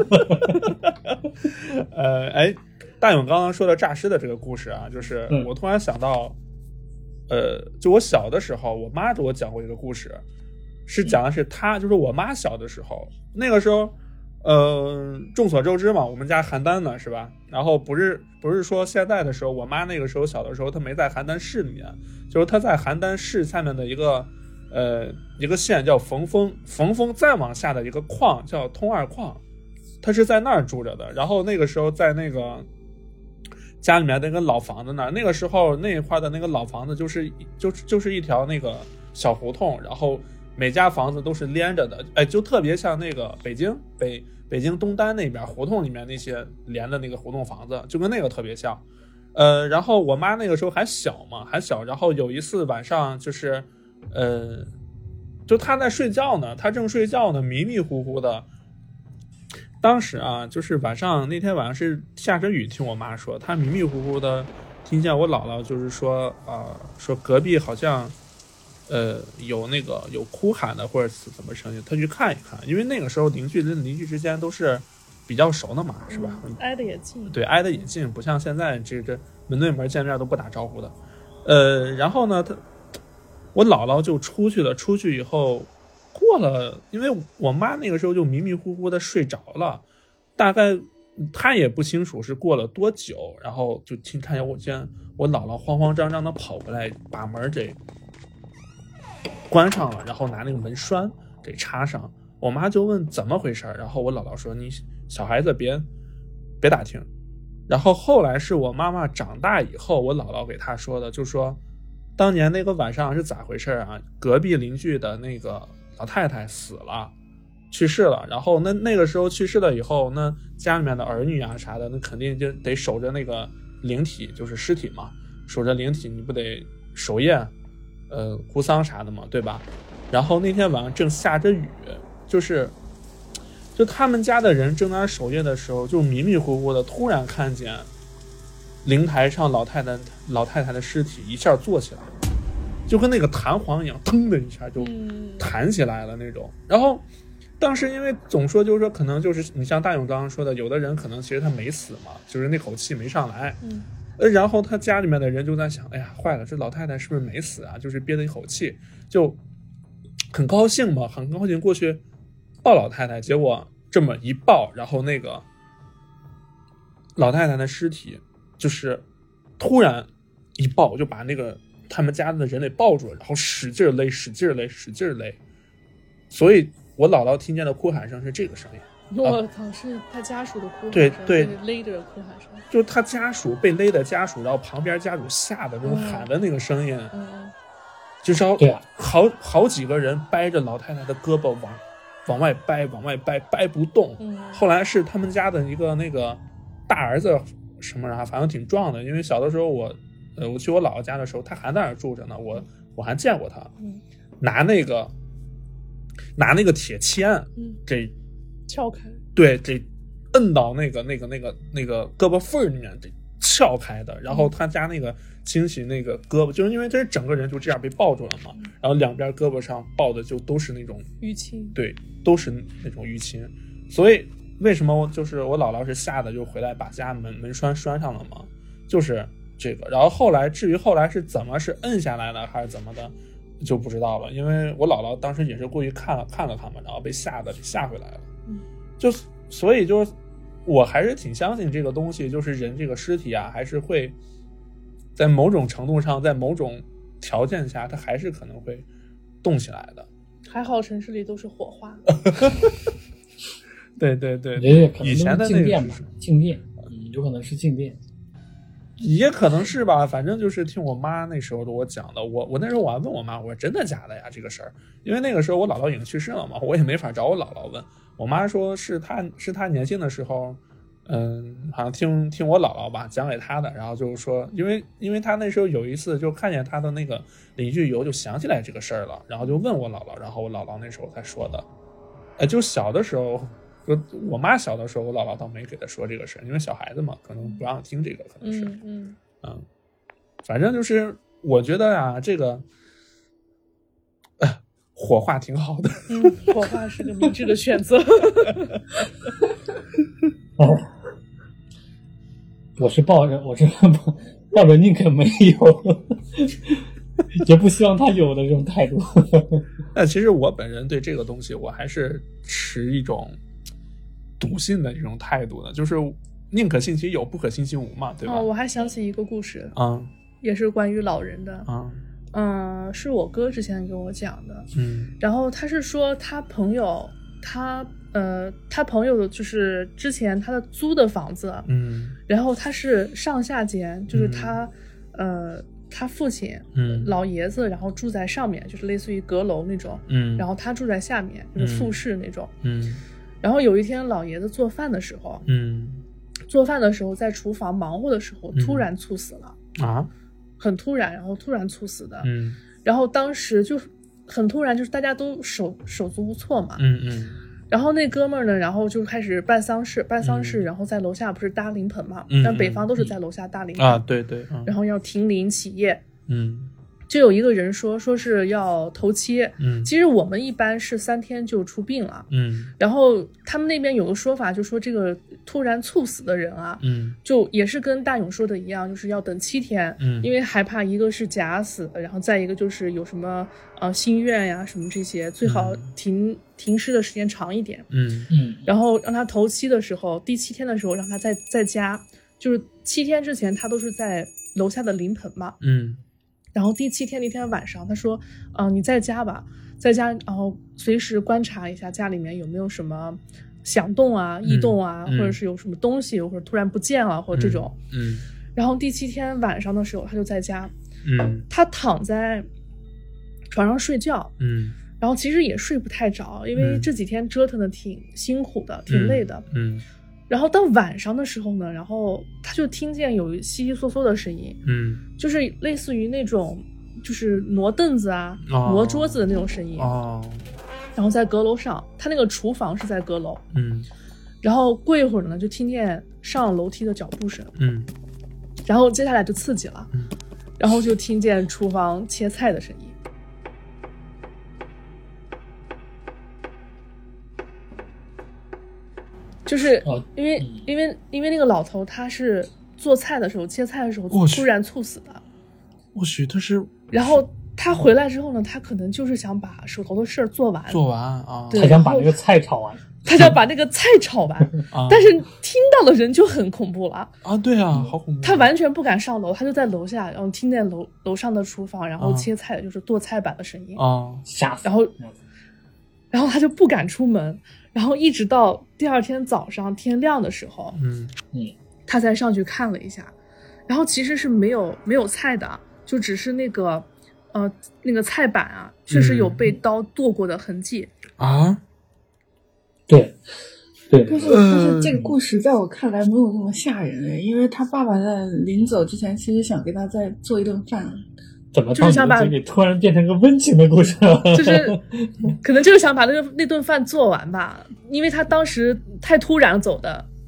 呃，哎，大勇刚刚说的诈尸的这个故事啊，就是我突然想到，嗯、呃，就我小的时候，我妈给我讲过一个故事，是讲的是她，就是我妈小的时候，那个时候。呃，众所周知嘛，我们家邯郸呢，是吧？然后不是不是说现在的时候，我妈那个时候小的时候，她没在邯郸市里面，就是她在邯郸市下面的一个呃一个县叫逢丰，逢丰再往下的一个矿叫通二矿，她是在那儿住着的。然后那个时候在那个家里面那个老房子那儿，那个时候那一块的那个老房子就是就就是一条那个小胡同，然后。每家房子都是连着的，哎，就特别像那个北京北北京东单那边胡同里面那些连的那个胡同房子，就跟那个特别像。呃，然后我妈那个时候还小嘛，还小，然后有一次晚上就是，呃，就她在睡觉呢，她正睡觉呢，迷迷糊糊的。当时啊，就是晚上那天晚上是下着雨，听我妈说，她迷迷糊糊的听见我姥姥就是说啊、呃，说隔壁好像。呃，有那个有哭喊的或者是怎么声音，他去看一看，因为那个时候邻居跟邻居之间都是比较熟的嘛，是吧？ 嗯、挨得也近。 对，挨得也近，不像现在这这门对门见面都不打招呼的。呃，然后呢，他我姥姥就出去了，出去以后过了，因为我妈那个时候就迷迷糊糊的睡着了，大概她也不清楚是过了多久，然后就听看见我见我姥姥慌慌张张的跑过来，把门给。关上了，然后拿那个门栓给插上。我妈就问怎么回事，然后我姥姥说：“你小孩子别别打听。”然后后来是我妈妈长大以后，我姥姥给她说的，就说当年那个晚上是咋回事啊？隔壁邻居的那个老太太死了，去世了。然后那那个时候去世了以后，那家里面的儿女啊啥的，那肯定就得守着那个灵体，就是尸体嘛，守着灵体，你不得守夜？呃，哭丧啥的嘛，对吧？然后那天晚上正下着雨，就是就他们家的人正在守夜的时候，就迷迷糊糊的突然看见灵台上老太太老太太的尸体一下坐起来，就跟那个弹簧一样，腾的一下就弹起来了那种。然后当时因为总说就是说可能就是你像大勇刚刚说的，有的人可能其实他没死嘛，就是那口气没上来。嗯。然后他家里面的人就在想，哎呀，坏了，这老太太是不是没死啊？就是憋了一口气，就很高兴嘛，很高兴过去抱老太太。结果这么一抱，然后那个老太太的尸体就是突然一抱，就把那个他们家的人给抱住了，然后使劲勒，使劲勒，使劲勒。所以我姥姥听见的哭喊声是这个声音。 我操，是他家属的哭喊声， 对对， 勒着哭喊声， 就是他家属被勒的家属，然后旁边家属吓的那种喊的那个声音，嗯，就是好好好几个人掰着老太太的胳膊往往外掰，往外掰，掰不动。嗯，后来是他们家的一个那个大儿子什么啥，反正挺壮的，因为小的时候我呃我去我姥姥家的时候，他还在那儿住着呢，我我还见过他，嗯，拿那个拿那个铁签，嗯，给。撬开，对，得摁到那个那个那个那个胳膊缝里面，得撬开的，然后他家那个清洗那个胳膊，就是因为这整个人就这样被抱住了嘛，然后两边胳膊上抱的就都是那种淤青， 对，都是那种淤青，所以为什么就是我姥姥是吓得就回来把家门门栓栓上了嘛，就是这个。然后后来至于后来是怎么是摁下来的还是怎么的就不知道了，因为我姥姥当时也是过去看了看了看嘛，然后被吓得吓回来了，就所以就是我还是挺相信这个东西，就是人这个尸体啊还是会在某种程度上在某种条件下它还是可能会动起来的。 还好城市里都是火化。 对对对， 以前的静电吧，静电，嗯，有可能是静电， 也可能是吧。反正就是听我妈那时候的我讲的，我我那时候我还问我妈，我说真的假的呀这个事儿？因为那个时候我姥姥已经去世了嘛，我也没法找我姥姥问。我妈说是她是她年轻的时候，嗯，好像听听我姥姥吧讲给她的，然后就是说，因为因为她那时候有一次就看见她的那个邻居以后就想起来这个事儿了，然后就问我姥姥，然后我姥姥那时候才说的。哎，就小的时候。就我妈小的时候，我姥姥倒没给她说这个事，因为小孩子嘛，可能不让听这个，可能是， 嗯嗯嗯，反正就是我觉得啊，这个，呃，火化挺好的， 嗯，火化是个明智的选择。 哦，我是抱着，我是抱着宁可没有，也不希望他有的这种态度。 那其实我本人对这个东西，我还是持一种笃信的这种态度的，就是宁可信其有，不可信其无嘛，对吧？ 哦，我还想起一个故事啊、嗯， 也是关于老人的啊， 嗯、呃，是我哥之前跟我讲的， 嗯， 然后他是说他朋友，他呃，他朋友就是之前他的租的房子， 嗯， 然后他是上下间，就是他、嗯、呃。他父亲， 嗯， 老爷子，然后住在上面，就是类似于阁楼那种， 嗯， 然后他住在下面，就是复式那种， 嗯， 然后有一天老爷子做饭的时候， 嗯， 做饭的时候在厨房忙活的时候，突然猝死了、 嗯、啊， 很突然，然后突然猝死的， 嗯， 然后当时就很突然，就是大家都手手足无措嘛， 嗯嗯。 然后那哥们儿呢，然后就开始办丧事，办丧事，嗯、然后在楼下不是搭灵棚嘛？ 嗯， 但北方都是在楼下搭灵棚、 嗯、啊，对对、嗯。 然后要停灵起夜， 嗯， 就有一个人说说是要头七， 嗯， 其实我们一般是三天就出殡了， 嗯， 然后他们那边有个说法，就说这个突然猝死的人啊， 嗯， 就也是跟大勇说的一样，就是要等七天， 嗯， 因为害怕一个是假死，然后再一个就是有什么呃心愿呀什么这些，最好停、嗯、停尸的时间长一点， 嗯嗯， 然后让他头七的时候，第七天的时候让他在在家，就是七天之前他都是在楼下的灵棚嘛， 嗯。 然后第七天那天晚上，他说：“嗯、呃，你在家吧，在家，然后随时观察一下家里面有没有什么响动啊、异动啊， 嗯、 或者是有什么东西，或者突然不见了，或者这种。 嗯” 然后第七天晚上的时候，他就在家， 嗯， 他躺在床上睡觉， 嗯， 然后其实也睡不太着，因为这几天折腾的挺辛苦的，挺累的， 嗯。嗯然后到晚上的时候呢，然后他就听见有悉悉嗦嗦的声音， 嗯， 就是类似于那种就是挪凳子啊、 哦、 挪桌子的那种声音。 哦。 然后在阁楼上，他那个厨房是在阁楼。 嗯。 然后过一会儿呢，就听见上楼梯的脚步声。 嗯。 然后接下来就刺激了。 嗯。 然后就听见厨房切菜的声音。就是因为、哦嗯、因为因为那个老头他是做菜的时候切菜的时候突然猝死的， 或许他是， 然后他回来之后呢，他可能就是想把手头的事儿做完， 做完啊， 他想把那个菜炒完， 他想把那个菜炒完， 啊、 但是听到的人就很恐怖了啊，对啊，好恐怖， 他完全不敢上楼，他就在楼下，然后听见楼楼上的厨房，然后切菜的就是剁菜板的声音啊， 吓死， 然后然后他就不敢出门。然后一直到第二天早上天亮的时候， 嗯嗯， 他才上去看了一下，然后其实是没有没有菜的，就只是那个呃那个菜板啊，确实有被刀剁过的痕迹、 嗯、啊。 对对， 但是但是这个故事在我看来没有那么吓人诶，因为他爸爸在临走之前其实想给他再做一顿饭。 怎么就是想把给突然变成个温情的故事了？ 就是可能就是想把那个那顿饭做完吧，因为他当时太突然走的，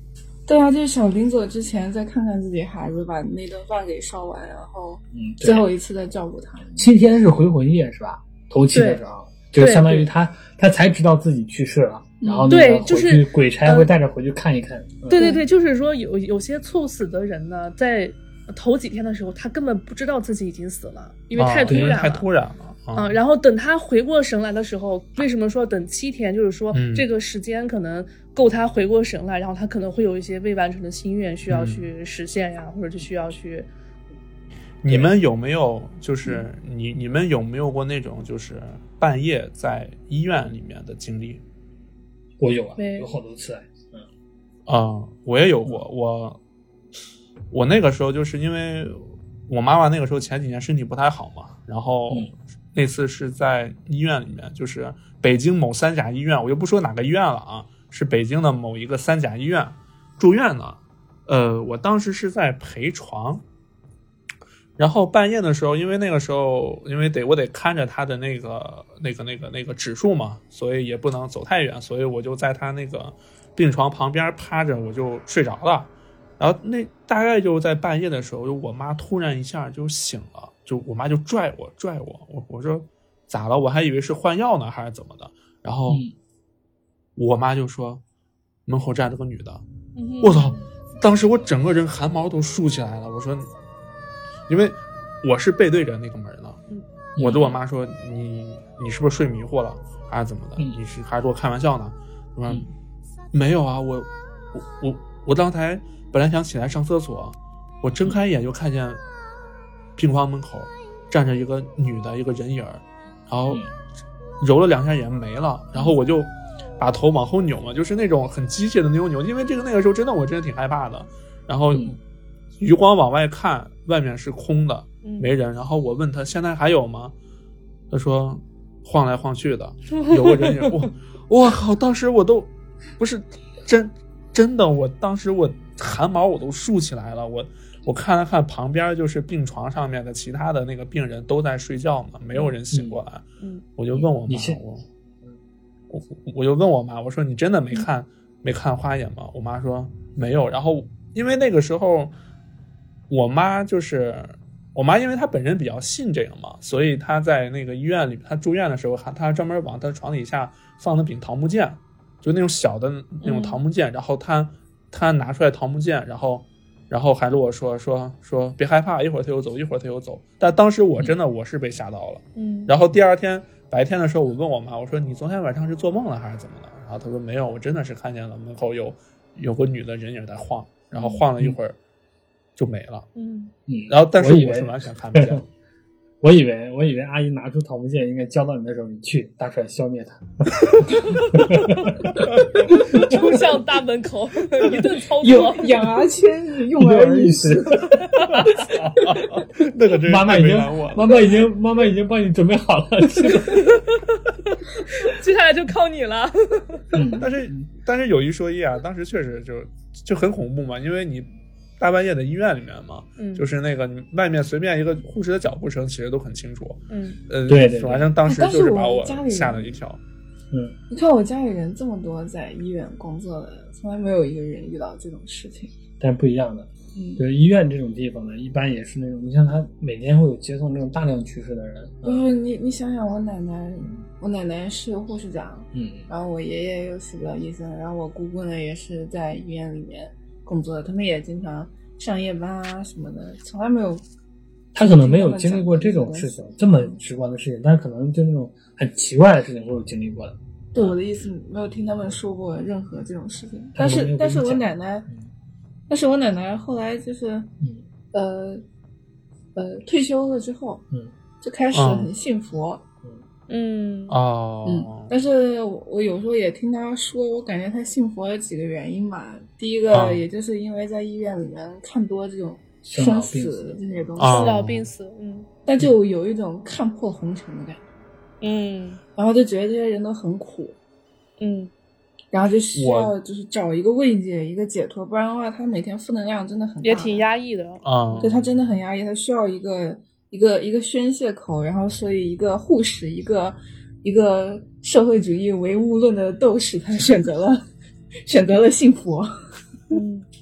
对啊，就是小林走之前再看看自己孩子，把那顿饭给烧完，然后最后一次再照顾他。 七天是回魂夜是吧？头七的时候，就相当于他他才知道自己去世了，然后那个回去鬼差会带着回去看一看。 呃、对对对，就是说有有些猝死的人呢，在头几天的时候，他根本不知道自己已经死了，因为太突然了， 啊、太突然了。 嗯、啊，然后等他回过神来的时候，为什么说等七天？就是说、嗯、这个时间可能够他回过神来，然后他可能会有一些未完成的心愿需要去实现呀，嗯、或者就需要去。 你们有没有就是你你们有没有过那种就是半夜在医院里面的经历？ 我有啊，有好多次。嗯啊、呃，我也有过。我我那个时候就是因为我妈妈那个时候前几年身体不太好嘛，然后那次是在医院里面，就是北京某三甲医院，我就不说哪个医院了啊，是北京的某一个三甲医院住院呢。呃，我当时是在陪床。然后半夜的时候，因为那个时候，因为得我得看着他的那个那个那个那个指数嘛，所以也不能走太远，所以我就在他那个病床旁边趴着，我就睡着了。然后那大概就在半夜的时候，我妈突然一下就醒了，就我妈就拽我拽我，我我说咋了？我还以为是换药呢还是怎么的。然后我妈就说门口站着个女的，我操！当时我整个人汗毛都竖起来了，我说。因为我是背对着那个门的，我对我妈说：“你你是不是睡迷糊了，还是怎么的？你是还是跟我开玩笑呢？”我说：“没有啊，我我我我刚才本来想起来上厕所，我睁开眼就看见病房门口站着一个女的一个人影，然后揉了两下眼没了，然后我就把头往后扭嘛，就是那种很机械的扭扭，因为这个那个时候真的我真的挺害怕的，然后。”余光往外看，外面是空的，没人。然后我问他现在还有吗？他说晃来晃去的，有个人影。我我靠！当时我都不是真真的，我当时我汗毛我都竖起来了。我我看了看旁边，就是病床上面的其他的那个病人都在睡觉呢，没有人醒过来。 嗯， 我就问我妈，我我我就问我妈，我说你真的没看没看花眼吗？我妈说没有。然后因为那个时候。我妈就是我妈，因为她本人比较信这个嘛，所以她在那个医院里，她住院的时候，她专门往她床底下放了柄桃木剑，就那种小的那种桃木剑，嗯、然后她她拿出来桃木剑，然后然后还跟我说说说别害怕，一会儿他又走，一会儿他又走。但当时我真的我是被吓到了， 嗯。 然后第二天白天的时候，我问我妈，我说你昨天晚上是做梦了还是怎么的？然后她说没有，我真的是看见了门口有有个女的人影在晃，然后晃了一会儿。嗯就没了， 嗯嗯， 然后但是我是完全看不见。 我以为我以为阿姨拿出桃木剑应该交到你的手里去，大帅消灭他。 冲向大门口，一顿操作， 养儿千日，用儿一时。 那个真是妈妈已经妈妈已经妈妈已经帮你准备好了。 接下来就靠你了。 但是但是有一说一啊，当时确实就就很恐怖嘛，因为你。大半夜的医院里面嘛， 嗯， 就是那个外面随便一个护士的脚步声，其实都很清楚， 嗯， 呃， 对对， 反正当时就是把我吓了一跳， 嗯， 你看我家里人这么多在医院工作的，从来没有一个人遇到这种事情， 但是不一样的， 嗯， 就是医院这种地方呢，一般也是那种，你像他每天会有接送这种大量去世的人， 嗯，你你想想，我奶奶，我奶奶是护士长， 嗯， 然后我爷爷又是个医生，然后我姑姑呢也是在医院里面。工作的，他们也经常上夜班啊什么的，从来没有。 他可能没有经历过这种事情，这么直观的事情，但是可能就那种很奇怪的事情会有经历过的。 对我的意思，没有听他们说过任何这种事情。但是，但是我奶奶，嗯、但是我奶奶后来就是， 嗯、 呃，呃，退休了之后， 嗯， 就开始很信佛。 嗯哦， 嗯，但是我有时候也听他说，我感觉他信佛有几个原因吧。第一个，也就是因为在医院里面看多这种生死这些东西， 生老病死，嗯， 但就有一种看破红尘的感觉， 嗯， 然后就觉得这些人都很苦， 嗯， 然后就需要就是找一个慰藉，一个解脱，不然的话，他每天负能量真的很大， 也挺压抑的啊， 对他真的很压抑，他需要一个。一个一个宣泄口，然后所以一个护士，一个一个社会主义唯物论的斗士，他选择了选择了信佛。 嗯，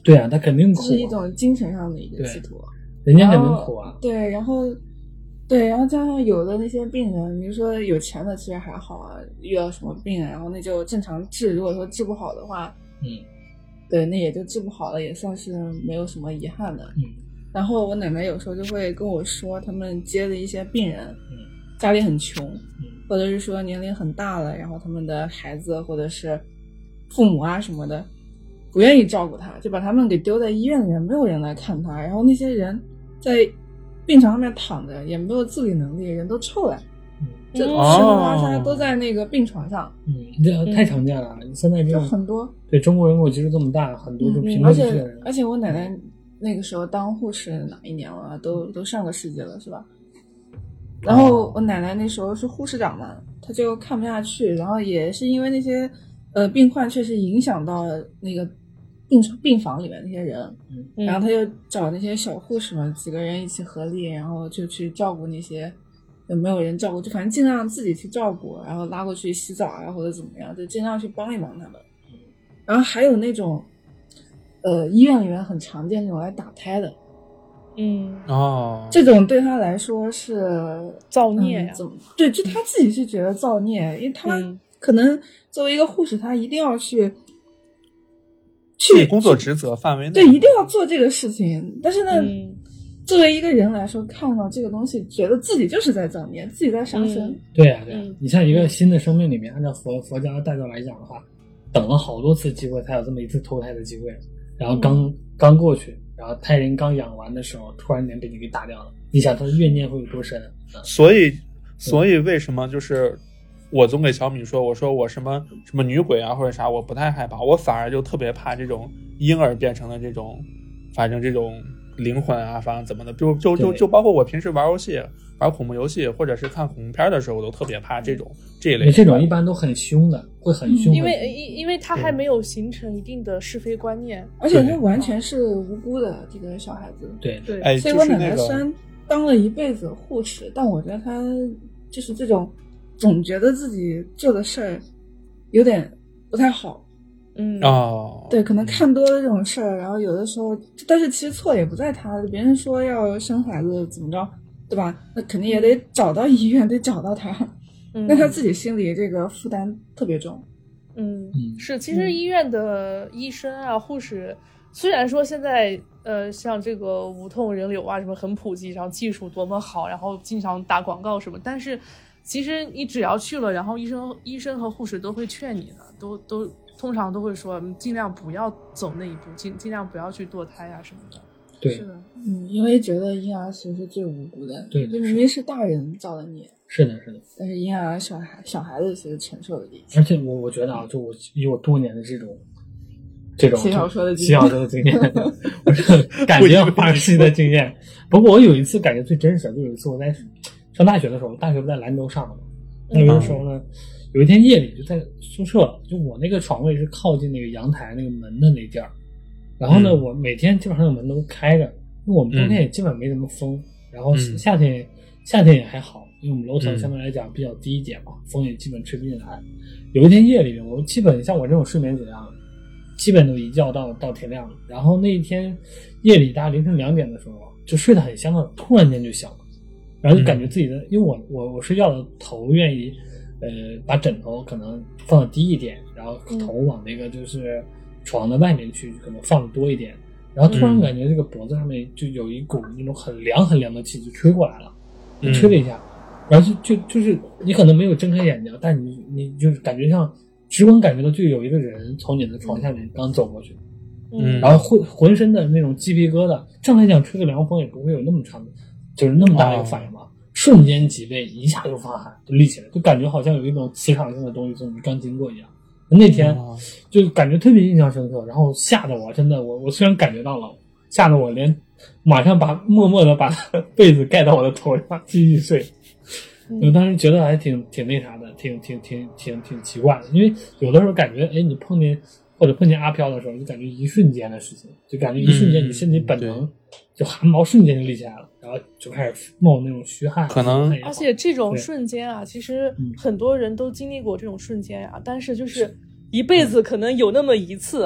对啊，他肯定苦、啊， 这是一种精神上的一个寄托。 人家肯定苦啊。 对，然后对，然后加上有的那些病人，比如说有钱的其实还好啊，遇到什么病，然后那就正常治。如果说治不好的话， 嗯， 对，那也就治不好了，也算是没有什么遗憾的。 嗯。 然后我奶奶有时候就会跟我说，他们接的一些病人， 嗯， 家里很穷， 嗯， 或者是说年龄很大了，然后他们的孩子或者是父母啊什么的不愿意照顾他，就把他们给丢在医院里面，没有人来看他，然后那些人在病床上面躺着，也没有自理能力，人都臭了， 嗯， 就吃喝拉撒都在那个病床上。 嗯，这太常见了。嗯、现在这种很多， 对中国人口基数这么大，很多就贫困地区的人、 嗯。而且而且我奶奶那个时候当护士哪一年了？都都上个世纪了，是吧？然后我奶奶那时候是护士长嘛，她就看不下去，然后也是因为那些呃病患确实影响到那个病病房里面那些人， 嗯， 然后她就找那些小护士们几个人一起合力，然后就去照顾那些有没有人照顾，就反正尽量自己去照顾，然后拉过去洗澡啊或者怎么样，就尽量去帮一帮他们。然后还有那种呃医院里面很常见那种来打胎的。 嗯哦， 这种对他来说是造孽呀、 嗯、怎么对，就他自己是觉得造孽，因为他可能作为一个护士，他一定要去去工作职责范围内， 对，一定要做这个事情。但是呢、嗯，作为一个人来说，看到这个东西，觉得自己就是在造孽，自己在杀生。 嗯、 对呀、啊，对呀、啊嗯，你像一个新的生命里面，按照佛佛教的大教来讲的话，等了好多次机会才有这么一次投胎的机会，然后刚、嗯、刚过去。然后胎人刚养完的时候，突然间被你给打掉了。你想他的怨念会有多深？嗯、 所以，所以为什么就是我总给小米说，我说我什么什么女鬼啊或者啥，我不太害怕，我反而就特别怕这种婴儿变成了这种，反正这种灵魂啊，反正怎么的，就就就就包括我平时玩游戏、玩恐怖游戏或者是看恐怖片的时候，我都特别怕这种这一类。 这种一般都很凶的，会很凶、嗯。 因为因因为他还没有形成一定的是非观念， 而且他完全是无辜的这个小孩子。 对对， 哎， 所以我奶奶虽然当了一辈子护士，但我觉得她就是这种总觉得自己做的事儿有点不太好。 嗯哦， 对，可能看多了这种事儿，然后有的时候，但是其实错也不在他，别人说要生孩子怎么着，对吧？那肯定也得找到医院，得找到他， 嗯、 那他自己心里这个负担特别重。 嗯，是，其实医院的医生啊、护士，虽然说现在呃像这个无痛人流啊什么很普及，然后技术多么好，然后经常打广告什么，但是其实你只要去了，然后医生医生和护士都会劝你的，都都。通常都会说尽量不要走那一步，尽尽量不要去堕胎啊什么的。 对， 是的，嗯，因为觉得婴儿其实是最无辜的， 对， 就明明是大人造的孽。 是的，是的。 但是婴儿小孩小孩子其实承受的一切。而且我我觉得啊，就我以我多年的这种这种写小说的经验，写小说的经验，我是感觉发生事情的经验。不过我有一次感觉最真实的，就有一次我在上大学的时候，大学不在兰州上的嘛，那个时候呢。嗯有一天夜里就在宿舍，就我那个床位是靠近那个阳台那个门的那地儿，然后呢，嗯、我每天基本上门都开着，因为我们冬天也基本没什么风，嗯、然后夏天、嗯、夏天也还好，因为我们楼层相对来讲比较低一点嘛，嗯、风也基本吹不进来。有一天夜里，我基本像我这种睡眠质量，基本都一觉到到天亮了。然后那一天夜里大概凌晨两点的时候，就睡得很香的，突然间就响了，然后就感觉自己的，嗯、因为我我我睡觉的头愿意。呃，把枕头可能放的低一点，然后头往那个就是床的外面去，可能放的多一点，然后突然感觉这个脖子上面就有一股那种很凉很凉的气就吹过来了，就吹了一下，嗯、然后就就就是你可能没有睁开眼睛，但你你就是感觉像直观感觉到就有一个人从你的床下面刚走过去， 嗯， 然后浑浑身的那种鸡皮疙瘩，正来讲吹个凉风也不会有那么长的，就是那么大的一个反应嘛。哦，瞬间脊背一下就发汗，就立起来，就感觉好像有一种磁场性的东西从你刚经过一样。那天就感觉特别印象深刻，然后吓得我真的，我我虽然感觉到了，吓得我连马上把默默的把被子盖到我的头上继续睡。我当时觉得还挺挺那啥的，挺挺挺挺挺奇怪的，因为有的时候感觉，哎，你碰见或者碰见阿飘的时候，就感觉一瞬间的事情，就感觉一瞬间你身体本能。嗯，就汗毛瞬间就立起来了，然后就开始冒那种虚汗， 可能而且这种瞬间啊，其实很多人都经历过这种瞬间啊，但是就是一辈子可能有那么一次，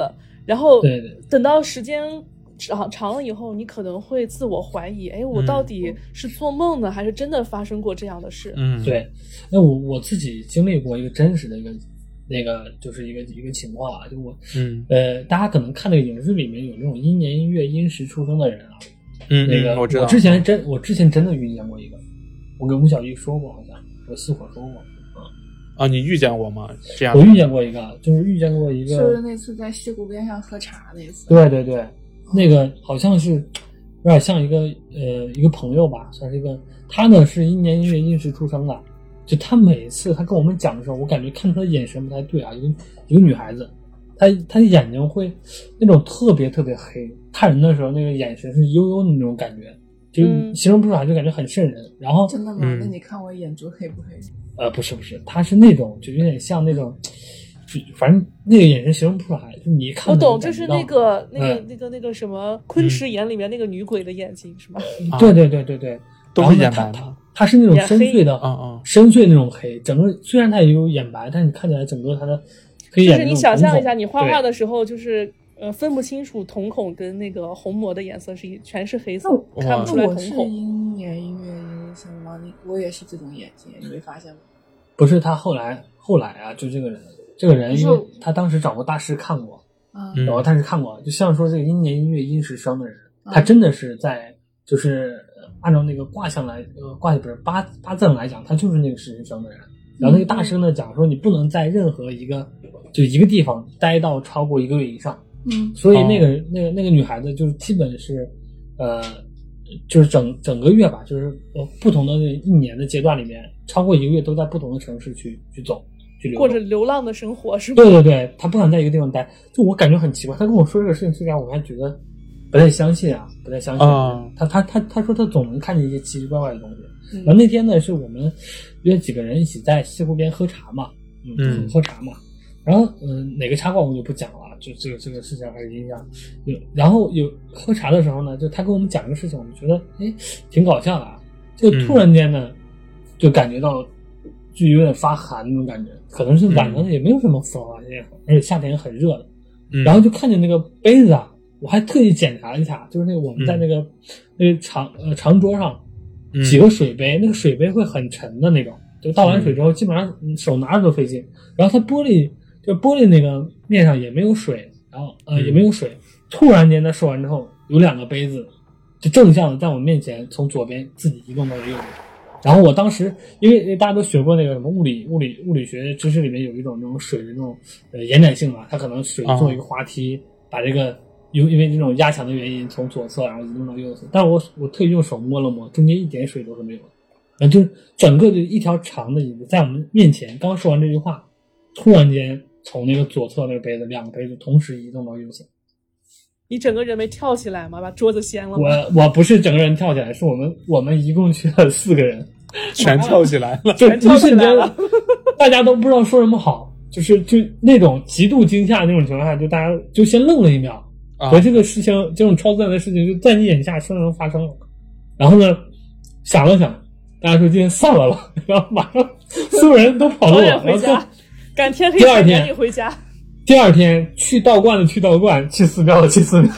然后对对等到时间长长了以后，你可能会自我怀疑，哎，我到底是做梦呢，嗯、还是真的发生过这样的事？ 嗯，对。那我我自己经历过一个真实的一个那个就是一个一个情况啊，就我嗯呃，大家可能看那个影视里面有那种阴年阴月阴时出生的人啊， 嗯， 那个我知道， 我之前真我之前真的遇见过一个，我跟吴小玉说过，好像我私伙说过。 啊，你遇见过吗？这样我遇见过一个，就是遇见过一个， 是不是那次在西湖边上喝茶那次？ 对对对，那个好像是有点像一个呃一个朋友吧，算是一个，他呢是阴年阴月阴时出生的，就他每次他跟我们讲的时候，我感觉看他的眼神不太对啊，一个一个女孩子，她她眼睛会那种特别特别黑，看人的时候那个眼神是悠悠的那种感觉，就形容不出来，就感觉很瘆人。然后真的吗？嗯、那你看我眼珠黑不黑？ 呃，不是不是，他是那种就有点像那种，就反正那个眼神形容不出来，就你看。 我懂，就是那个那个、 嗯、 那个那个什么昆池岩里面那个女鬼的眼睛、嗯、是吗？ 对对对对对， 都是眼白的。 它是那种深邃的， 嗯嗯， 深邃那种黑。整个虽然它也有眼白，但是你看起来整个它的黑眼。 就是你想象一下，你画画的时候就是呃分不清楚瞳孔跟那个虹膜的颜色是一全是黑色，看不出来瞳孔。 我是阴年阴月阴生吗？我也是这种眼睛，你没发现吗？ 不是，他后来后来啊，就这个人，这个人因为他当时找过大师看过， 嗯， 然后大师看过，就像说这个阴年阴月阴时生的人，嗯、他真的是在就是按照那个卦象来，呃，卦不是八八字来讲，他就是那个时辰生的人。然后那个大师呢讲说，你不能在任何一个就一个地方待到超过一个月以上。 嗯， 所以那个、哦、那个那个女孩子就是基本是，呃，就是整整个月吧，就是呃不同的一年的阶段里面。超过一个月都在不同的城市去去走去流过着流浪的生活是吗？ 对对对，他不敢在一个地方待，就我感觉很奇怪。他跟我说这个事情，虽然我还觉得不太相信啊，不太相信。 嗯、 他他他他说他总能看见一些奇奇怪怪的东西。嗯、然后那天呢，是我们约几个人一起在西湖边喝茶嘛，嗯，嗯喝茶嘛。然后嗯、呃，哪个茶馆我就不讲了，就这个这个事情还是印象有。然后有喝茶的时候呢，就他跟我们讲这个事情，我们觉得哎挺搞笑的啊。就突然间呢。嗯就感觉到就有点发寒那种感觉，可能是晚上也没有什么风啊，也、嗯、而且夏天很热的、嗯，然后就看见那个杯子啊，我还特意检查了一下，就是那个我们在那个、嗯、那个长呃长桌上几个水杯、嗯，那个水杯会很沉的那种，就倒完水之后基本上手拿着都费劲，然后它玻璃就玻璃那个面上也没有水，然后呃、嗯、也没有水，突然间他说完之后，有两个杯子就正向的在我面前从左边自己移动到右边。然后我当时，因为大家都学过那个什么物理、物理、物理学知识里面有一种那种水的那种呃延展性嘛，它可能水做一个滑梯，哦、把这个因因为这种压强的原因从左侧然后移动到右侧，但是我我特意用手摸了摸，中间一点水都是没有的，然后就是整个的一条长的椅子在我们面前，刚说完这句话，突然间从那个左侧那个杯子两个杯子同时移动到右侧。 你整个人没跳起来吗？把桌子掀了吗？ 我我不是整个人跳起来，是我们我们一共去了四个人， 全跳起来了， 全跳起来了， 大家都不知道说什么好，就是就那种极度惊吓那种情况下，就大家就先愣了一秒， 啊、 和这个事情这种超自然的事情就在你眼下生生发生了。然后呢，想了想，大家说今天散了吧，然后马上所有人都跑了， 然后就赶天黑赶紧回家。 第二天去道观的去道观，去寺庙的去寺庙。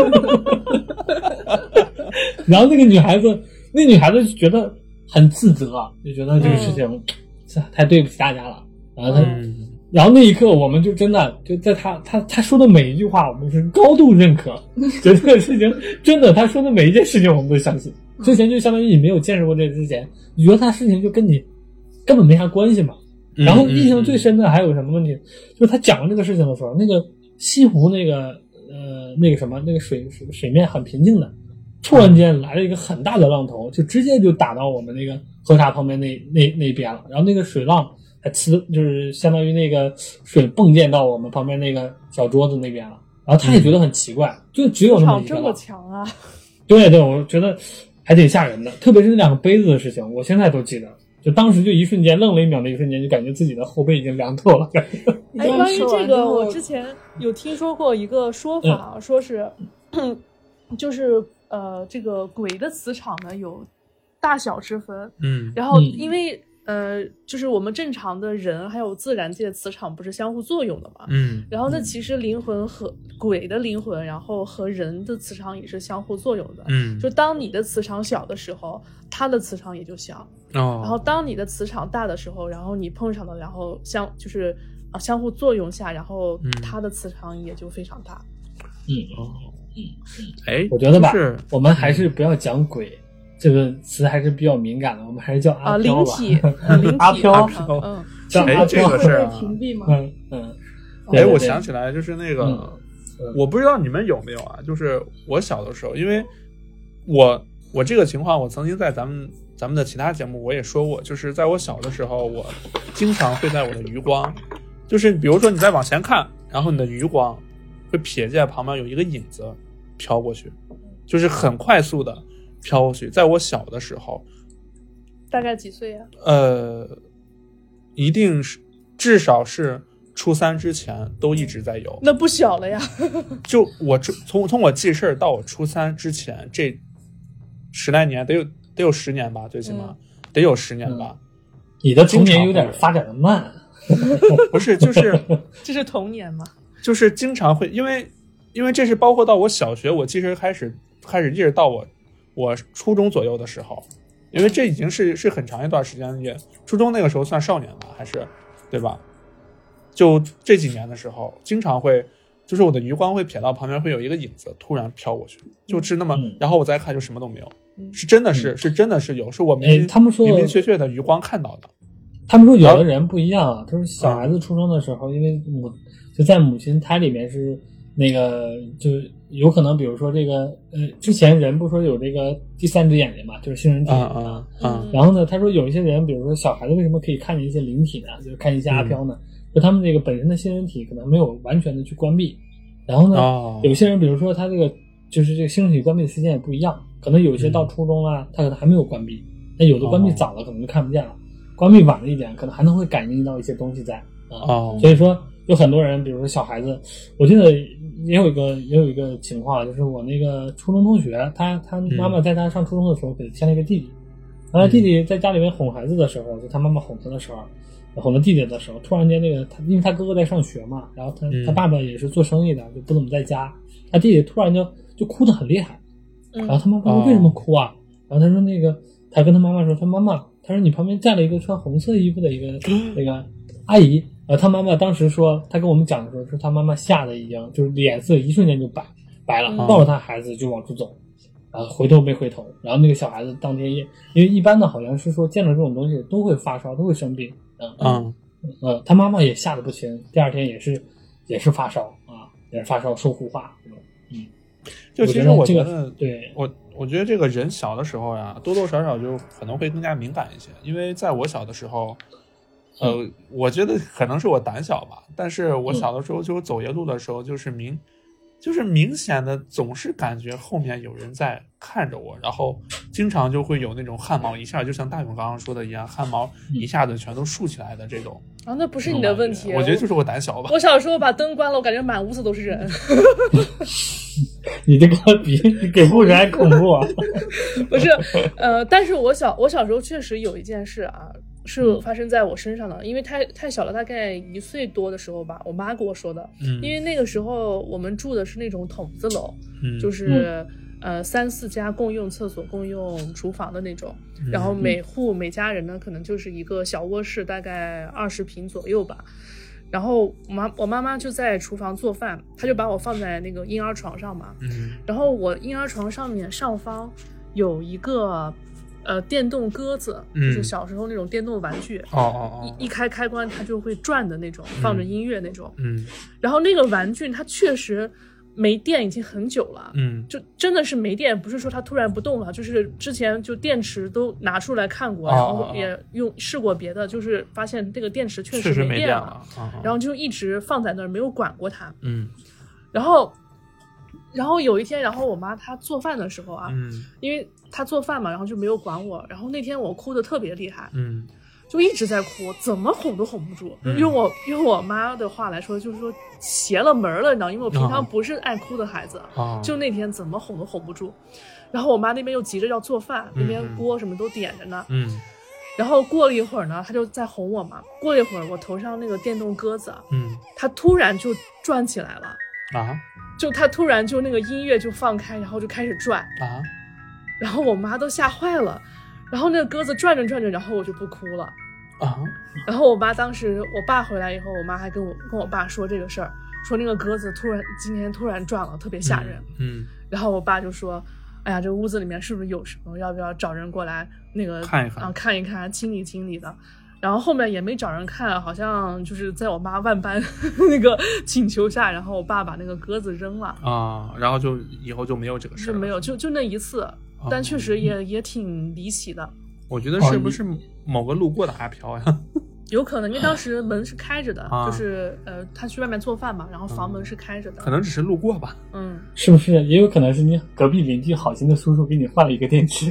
然后那个女孩子，那女孩子就觉得很自责，就觉得这个事情、嗯、太对不起大家了。然后她、嗯，然后那一刻我们就真的就在她她她说的每一句话，我们是高度认可，觉得这个事情真的，她说的每一件事情我们都相信。之前就相当于你没有见识过这之前，你觉得她事情就跟你根本没啥关系嘛。然后印象最深的还有什么问题？嗯嗯、就是他讲这个事情的时候，那个西湖那个呃那个什么那个水水水面很平静的，突然间来了一个很大的浪头，就直接就打到我们那个喝茶旁边那那那边了。然后那个水浪还呲，就是相当于那个水迸溅到我们旁边那个小桌子那边了。然后他也觉得很奇怪，嗯、就只有那么一个浪。 这么强啊！ 对对，我觉得还挺吓人的，特别是那两个杯子的事情，我现在都记得。就当时就一瞬间愣了一秒的一瞬间，就感觉自己的后背已经凉透了。 哎，关于这个，我之前有听说过一个说法，嗯、说是，就是呃，这个鬼的磁场呢有大小之分。 嗯， 然后因为、嗯、呃，就是我们正常的人还有自然界的磁场不是相互作用的嘛。 嗯， 然后呢，其实灵魂和鬼的灵魂，然后和人的磁场也是相互作用的。 嗯， 就当你的磁场小的时候，它的磁场也就小。 哦， 然后当你的磁场大的时候，然后你碰上了，然后相就是啊相互作用下，然后它的磁场也就非常大。 嗯哦，哎， 我觉得吧， 就是我们还是不要讲鬼。这个词还是比较敏感的，我们还是叫阿飘吧。 啊，灵体，呃、灵体阿飘， 嗯， 叫阿飘。 这个是啊， 屏蔽吗？ 嗯嗯。 哎，我想起来，就是那个、 嗯， 我不知道你们有没有啊？就是我小的时候，因为我我这个情况，我曾经在咱们咱们的其他节目我也说过，就是在我小的时候，我经常会在我的余光，就是比如说你再往前看，然后你的余光会瞥见旁边有一个影子飘过去，就是很快速的。飘过去，在我小的时候， 大概几岁呀、 啊？呃，一定是至少是初三之前都一直在有。 那不小了呀！ 就我从从我记事儿到我初三之前，这十来年得有得有十年吧，最起码、嗯、得有十年吧。 嗯、你的童年有点发展的慢， 不是，就是这是童年吗？ 就是经常会，因为因为这是包括到我小学，我记事开始开始一直到我。我初中左右的时候，因为这已经是是很长一段时间，也初中那个时候算少年吧，还是对吧？就这几年的时候，经常会，就是我的余光会瞥到旁边会有一个影子突然飘过去，就是那么， 嗯、 然后我再看就什么都没有，嗯、是真的是、嗯、是真的是有，是我明明、 哎、他们说明明确确的余光看到的。 他们说有的人不一样，他说小孩子出生的时候，嗯、因为母就在母亲胎里面是。那个就有可能，比如说这个，呃，之前人不说有这个第三只眼睛嘛，就是杏仁体啊啊。 然后呢，他说有一些人，比如说小孩子为什么可以看见一些灵体呢？就是看见一些阿飘呢？嗯、就他们这个本身的杏仁体可能没有完全的去关闭。然后呢， 哦、 有些人比如说他这个就是这个杏仁体关闭的时间也不一样，可能有些到初中啊，嗯、他可能还没有关闭，那有的关闭早了，可能就看不见了；关闭晚了一点，可能还能会感应到一些东西在啊。 哦、 所以说。有很多人，比如说小孩子，我记得也有一个也有一个情况，就是我那个初中同学，他他妈妈在他上初中的时候给他添了一个弟弟，然后弟弟在家里面哄孩子的时候，就他妈妈哄他的时候，哄他弟弟的时候，突然间那个他，因为他哥哥在上学嘛，然后他他爸爸也是做生意的，就不怎么在家，他弟弟突然就就哭得很厉害，然后他妈妈说为什么哭啊？然后他说那个他跟他妈妈说，他妈妈他说你旁边站了一个穿红色衣服的一个那个阿姨。呃，他妈妈当时说，他跟我们讲的时候，说他妈妈吓得已经就是脸色一瞬间就白白了，抱着他孩子就往出走，然后回头没回头，然后那个小孩子当天也，因为一般的好像是说见了这种东西都会发烧，都会生病，嗯嗯， 呃，他妈妈也吓得不轻，第二天也是也是发烧啊，也是发烧受护化，嗯， 就其实我觉得， 这个、对我我觉得这个人小的时候呀，多多少少就可能会更加敏感一些，因为在我小的时候。呃，我觉得可能是我胆小吧，但是我小的时候就走夜路的时候，就是明，就是明显的总是感觉后面有人在看着我，然后经常就会有那种汗毛一下，就像大勇刚刚说的一样，汗毛一下子全都竖起来的这种。 啊，那不是你的问题， 我觉得就是我胆小吧。 我小时候把灯关了，我感觉满屋子都是人。 你这个比你给故事还恐怖啊！ 不是，呃，但是我小我小时候确实有一件事啊。是发生在我身上的，因为太太小了，大概一岁多的时候吧，我妈跟我说的。 嗯， 因为那个时候我们住的是那种筒子楼， 嗯， 就是、嗯、呃三四家共用厕所、共用厨房的那种， 嗯、 然后每户每家人呢，可能就是一个小卧室，大概二十平左右吧。然后我妈我妈妈就在厨房做饭，她就把我放在那个婴儿床上嘛， 嗯， 然后我婴儿床上面上方有一个。呃，电动鸽子，就是小时候那种电动玩具， 哦哦哦， 一一开开关它就会转的那种，放着音乐那种， 嗯， 然后那个玩具它确实没电已经很久了， 嗯， 就真的是没电，不是说它突然不动了，就是之前就电池都拿出来看过， 哦、 然后也用试过别的，就是发现这个电池确实没电了， 了哦、 然后就一直放在那儿没有管过它， 嗯， 然后。然后有一天，然后我妈她做饭的时候啊， 嗯， 因为她做饭嘛，然后就没有管我。然后那天我哭得特别厉害， 嗯， 就一直在哭，怎么哄都哄不住。 嗯、 用我用我妈的话来说，就是说邪了门了，你知道，因为我平常不是爱哭的孩子， 哦、 就那天怎么哄都哄不住。然后我妈那边又急着要做饭， 嗯、 那边锅什么都点着呢， 嗯。 然后过了一会儿呢，她就在哄我嘛。过了一会儿，我头上那个电动鸽子， 嗯， 它突然就转起来了啊。 就他突然就那个音乐就放开，然后就开始转啊， 然后我妈都吓坏了，然后那个鸽子转着转着，然后我就不哭了啊。 然后我妈当时我爸回来以后，我妈还跟我跟我爸说这个事儿，说那个鸽子突然今天突然转了，特别吓人。 嗯，嗯然后我爸就说，哎呀，这屋子里面是不是有什么？要不要找人过来那个看一看啊，看一看，清理清理的。然后后面也没找人看，好像就是在我妈万般那个请求下，然后我爸把那个鸽子扔了啊，然后就以后就没有这个事了， 就没有，就就那一次，哦、但确实也也挺离奇的。 我觉得是不是某个路过的阿飘呀？ 有可能，因为当时门是开着的， 啊、 就是呃，他去外面做饭嘛，然后房门是开着的， 可能只是路过吧。 嗯， 是不是？也有可能是你隔壁邻居好心的叔叔给你换了一个电池。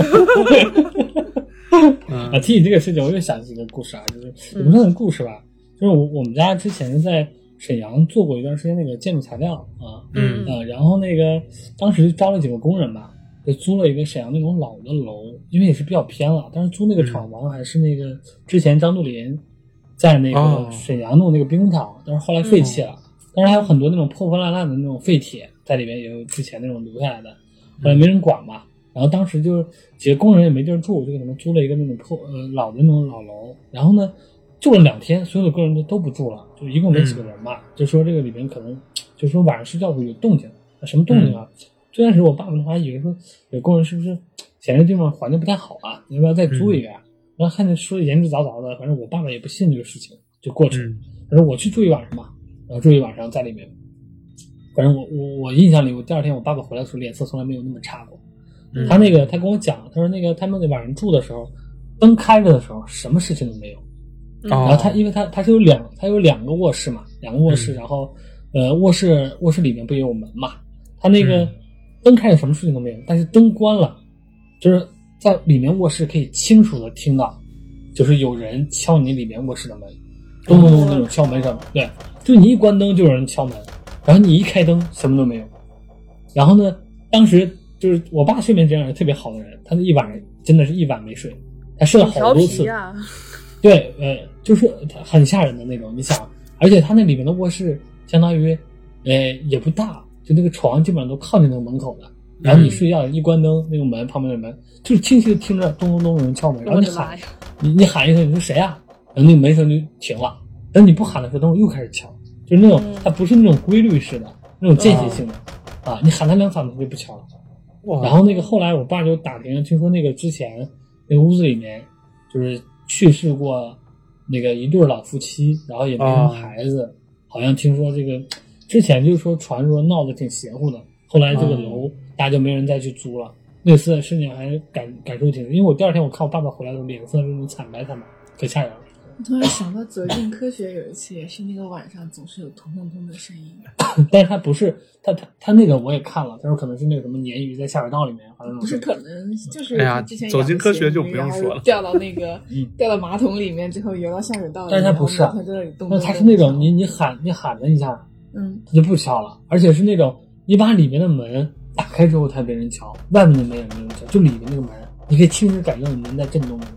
嗯、 啊，提起这个事情，我又想起一个故事啊，就是也不算是故事吧，嗯、就是我我们家之前在沈阳做过一段时间那个建筑材料啊， 嗯啊，然后那个当时招了几个工人吧，就租了一个沈阳那种老的楼，因为也是比较偏了，但是租那个厂房还是那个之前张杜林在那个沈阳弄那个兵工厂，但是后来废弃了，嗯、但是还有很多那种破破烂烂的那种废铁在里面，也有之前那种留下来的，后来没人管嘛。然后当时就几个工人也没地儿住，就给他们租了一个那种破呃老的那种老楼。然后呢，住了两天，所有的工人都都不住了，就一共没几个人嘛。嗯、就说这个里面可能，就说晚上睡觉会有动静，什么动静啊？嗯、最开始我爸爸还以为说有工人是不是嫌这地方环境不太好啊，你要不要再租一个呀、啊？嗯、然后看见说言之凿凿的，反正我爸爸也不信这个事情，就过去了。他说我去住一晚上吧，然后住一晚上在里面。反正我我我印象里，我第二天我爸爸回来的时候脸色从来没有那么差过。他那个，他跟我讲，他说那个他们那晚上住的时候，灯开着的时候，什么事情都没有。 嗯、 然后他，因为他他是有两，他有两个卧室嘛，两个卧室，嗯、然后呃卧室卧室里面不也有门嘛？他那个灯开着，什么事情都没有，但是灯关了，就是在里面卧室可以清楚的听到，就是有人敲你里面卧室的门，咚咚咚那种敲门声，对，就你一关灯就有人敲门，然后你一开灯什么都没有。然后呢，当时。就是我爸睡眠质量是特别好的人，他那一晚上真的是一晚没睡，他睡了好多次。 啊、 对，呃，就是很吓人的那种。你想，而且他那里面的卧室相当于，呃，也不大，就那个床基本上都靠近那个门口的。然后你睡觉、嗯、一关灯，那个门旁边的门就是清晰的听着咚咚咚有人敲门，然后你喊，你你喊一声，你说谁啊？然后那个门声就停了。等你不喊的时候，灯又开始敲，就是那种、嗯、它不是那种规律式的，那种间歇性的、嗯、啊，你喊他两嗓子就不敲了。然后那个后来我爸就打听，听说那个之前那个屋子里面就是去世过那个一对老夫妻，然后也没什么孩子，哦、好像听说这个之前就说传说闹得挺邪乎的，后来这个楼、哦、大家就没人再去租了。那次事情还感感受挺，因为我第二天我看我爸爸回来的时候脸色那种惨白惨白，可吓人了。 我突然想到走进科学有一次也是那个晚上总是有通通通的声音， 但是他不是他他他那个我也看了，他说可能是那个什么鲶鱼在下水道里面，好像不是可能就是之前、 哎、走进科学就不用说了， 掉到那个掉到马桶里面之后游到下水道里， 但是他不是， 他这里动动他是那种你你喊你喊了一下， 嗯， 他就不敲了，而且是那种你把里面的门打开之后才被人敲，外面的门也没人敲，就里面那个门你可以清晰感觉到门在震动的。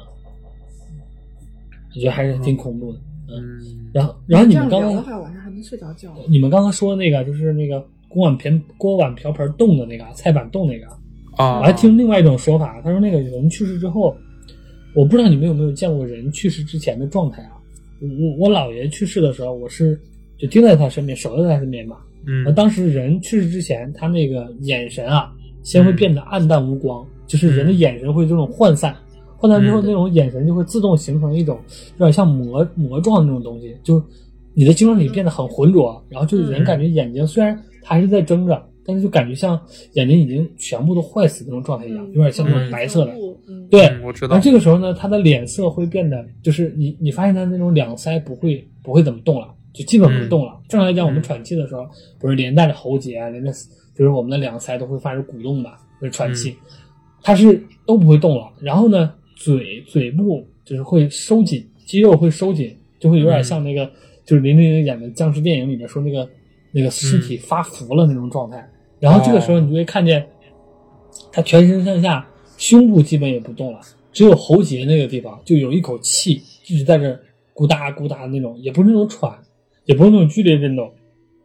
我觉得还是挺恐怖的，嗯，然后然后你们刚刚的话晚上还能睡着觉。 你们刚刚说那个就是那个锅碗瓢锅碗瓢盆动的那个菜板动那个啊， 我还听另外一种说法，他说那个人去世之后，我不知道你们有没有见过人去世之前的状态啊？我我姥爷去世的时候，我是就盯在他身边，守在他身边嘛，嗯，当时人去世之前，他那个眼神啊，先会变得暗淡无光，嗯、就是人的眼神会这种涣散。涣散之后，那种眼神就会自动形成一种有点像膜膜状的那种东西，就你的精神体变得很浑浊，然后就是人感觉眼睛虽然他还是在睁着，但是就感觉像眼睛已经全部都坏死的那种状态一样，有点像那种白色的。 嗯、 对、 嗯，我知道。 而这个时候呢，他的脸色会变得，就是你你发现他那种两腮不会不会怎么动了，就基本不动了。嗯、正常来讲，我们喘气的时候，不是连带着喉结啊，连着就是我们的两腮都会发生鼓动吧，就是喘气，嗯、它是都不会动了。然后呢？嘴嘴部就是会收紧，肌肉会收紧，就会有点像那个、嗯、就是林志颖演的僵尸电影里面说那个那个尸体发福了那种状态、嗯、然后这个时候你就会看见他全身上下胸部基本也不动了，只有喉结那个地方就有一口气一直在这咕哒咕哒那种，也不是那种喘，也不是那种剧烈震动，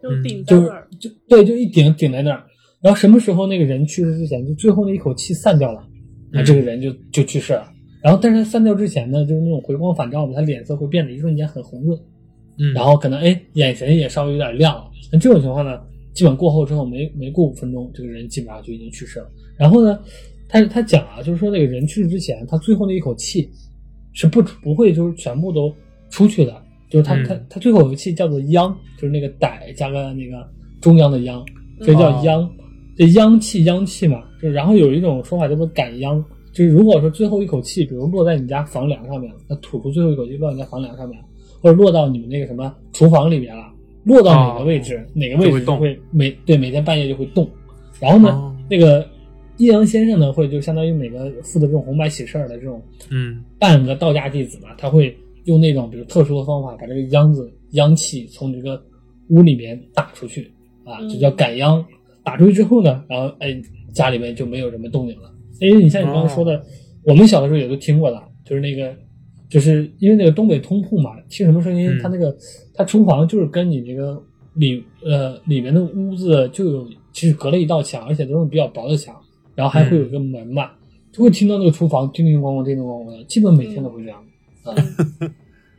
就顶在那儿， 就就对，就一顶顶在那儿。然后什么时候那个人去世之前，就最后那一口气散掉了，那这个人就就去世了。然后但是散掉之前呢，就是那种回光返照嘛，他脸色会变得一瞬间很红润， 嗯， 然后可能哎眼神也稍微有点亮了。那这种情况呢，基本过后之后没没过五分钟，这个人基本上就已经去世了。然后呢，他他讲啊，就是说那个人去世之前，他最后那一口气是不不会就是全部都出去的，就是他、嗯、他他最后有个气叫做央，就是那个歹加个那个中央的央，这叫央，这央气央气嘛。就然后有一种说法叫做感央，就是如果说最后一口气，比如落在你家房梁上面，那吐出最后一口气落在你家房梁上面，或者落到你们那个什么厨房里面了，落到哪个位置，哦、哪个位置就会每对每天半夜就会动。然后呢，哦、那个阴阳先生呢，会就相当于每个负责这种红白喜事的这种嗯半个道家弟子嘛，他会用那种比如特殊的方法把这个央字央气从这个屋里面打出去啊，就叫赶央。嗯、打出去之后呢，然后哎家里面就没有什么动静了。因为你像你刚才说的，哦、我们小的时候也都听过的，就是那个就是因为那个东北通铺嘛，听什么声音，嗯、它那个它厨房就是跟你那个里呃里面的屋子就有其实隔了一道墙，而且都是比较薄的墙，然后还会有一个门嘛，嗯、就会听到那个厨房叮叮咣咣叮叮咣咣的，基本每天都会这样。嗯嗯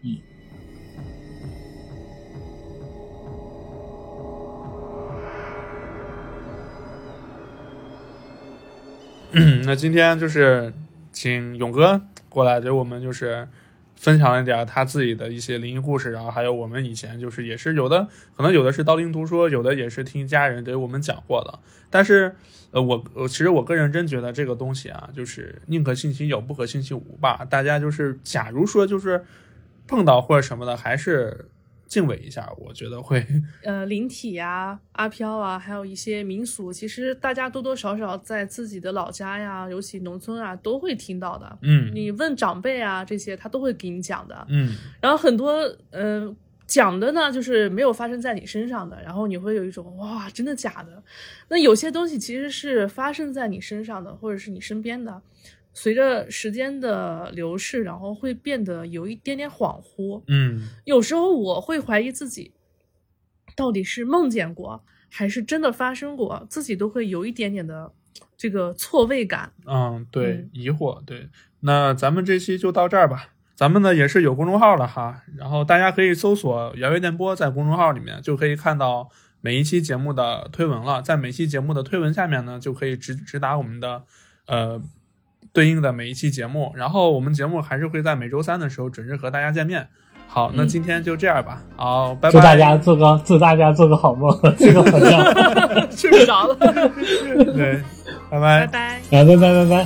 嗯，那今天就是请勇哥过来给我们就是分享一点他自己的一些灵异故事，然后还有我们以前就是也是有的可能有的是道听途说，有的也是听家人给我们讲过的。但是呃我其实我个人真觉得这个东西啊，就是宁可信其有不可信其无吧。大家就是假如说就是碰到或者什么的，还是敬畏一下，我觉得会呃灵体啊阿飘啊，还有一些民俗，其实大家多多少少在自己的老家呀，尤其农村啊都会听到的。 嗯， 你问长辈啊这些他都会给你讲的。 嗯， 然后很多呃讲的呢就是没有发生在你身上的，然后你会有一种哇真的假的。那有些东西其实是发生在你身上的，或者是你身边的，随着时间的流逝，然后会变得有一点点恍惚。 嗯， 有时候我会怀疑自己到底是梦见过还是真的发生过，自己都会有一点点的这个错位感。 嗯，对，嗯、疑惑。对，那咱们这期就到这儿吧。咱们呢也是有公众号的哈，然后大家可以搜索原味电波，在公众号里面就可以看到每一期节目的推文了。在每期节目的推文下面呢，就可以直直达我们的呃对应的每一期节目，然后我们节目还是会在每周三的时候准时和大家见面。好，那今天就这样吧。嗯、好，拜拜。 祝大家做个祝大家做个好梦，这个好像睡不着了。 对，拜拜， 拜拜， 拜拜，拜拜。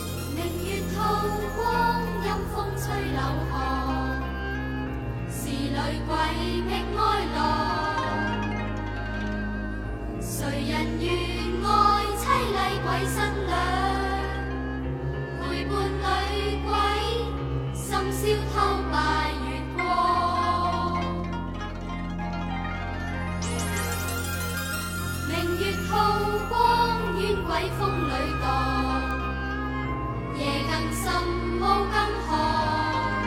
鬼風裏蕩，夜更深，霧更寒。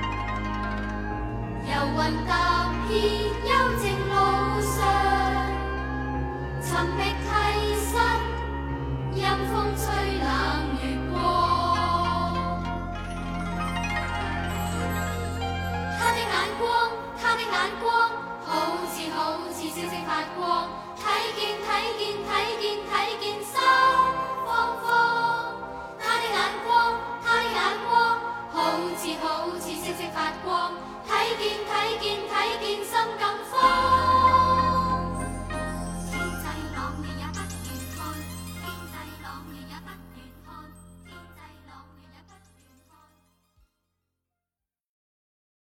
遊魂踏遍幽靜路上，尋覓替身，陰風吹冷月光。他的眼光，他的眼光，好似好似星星發光。睇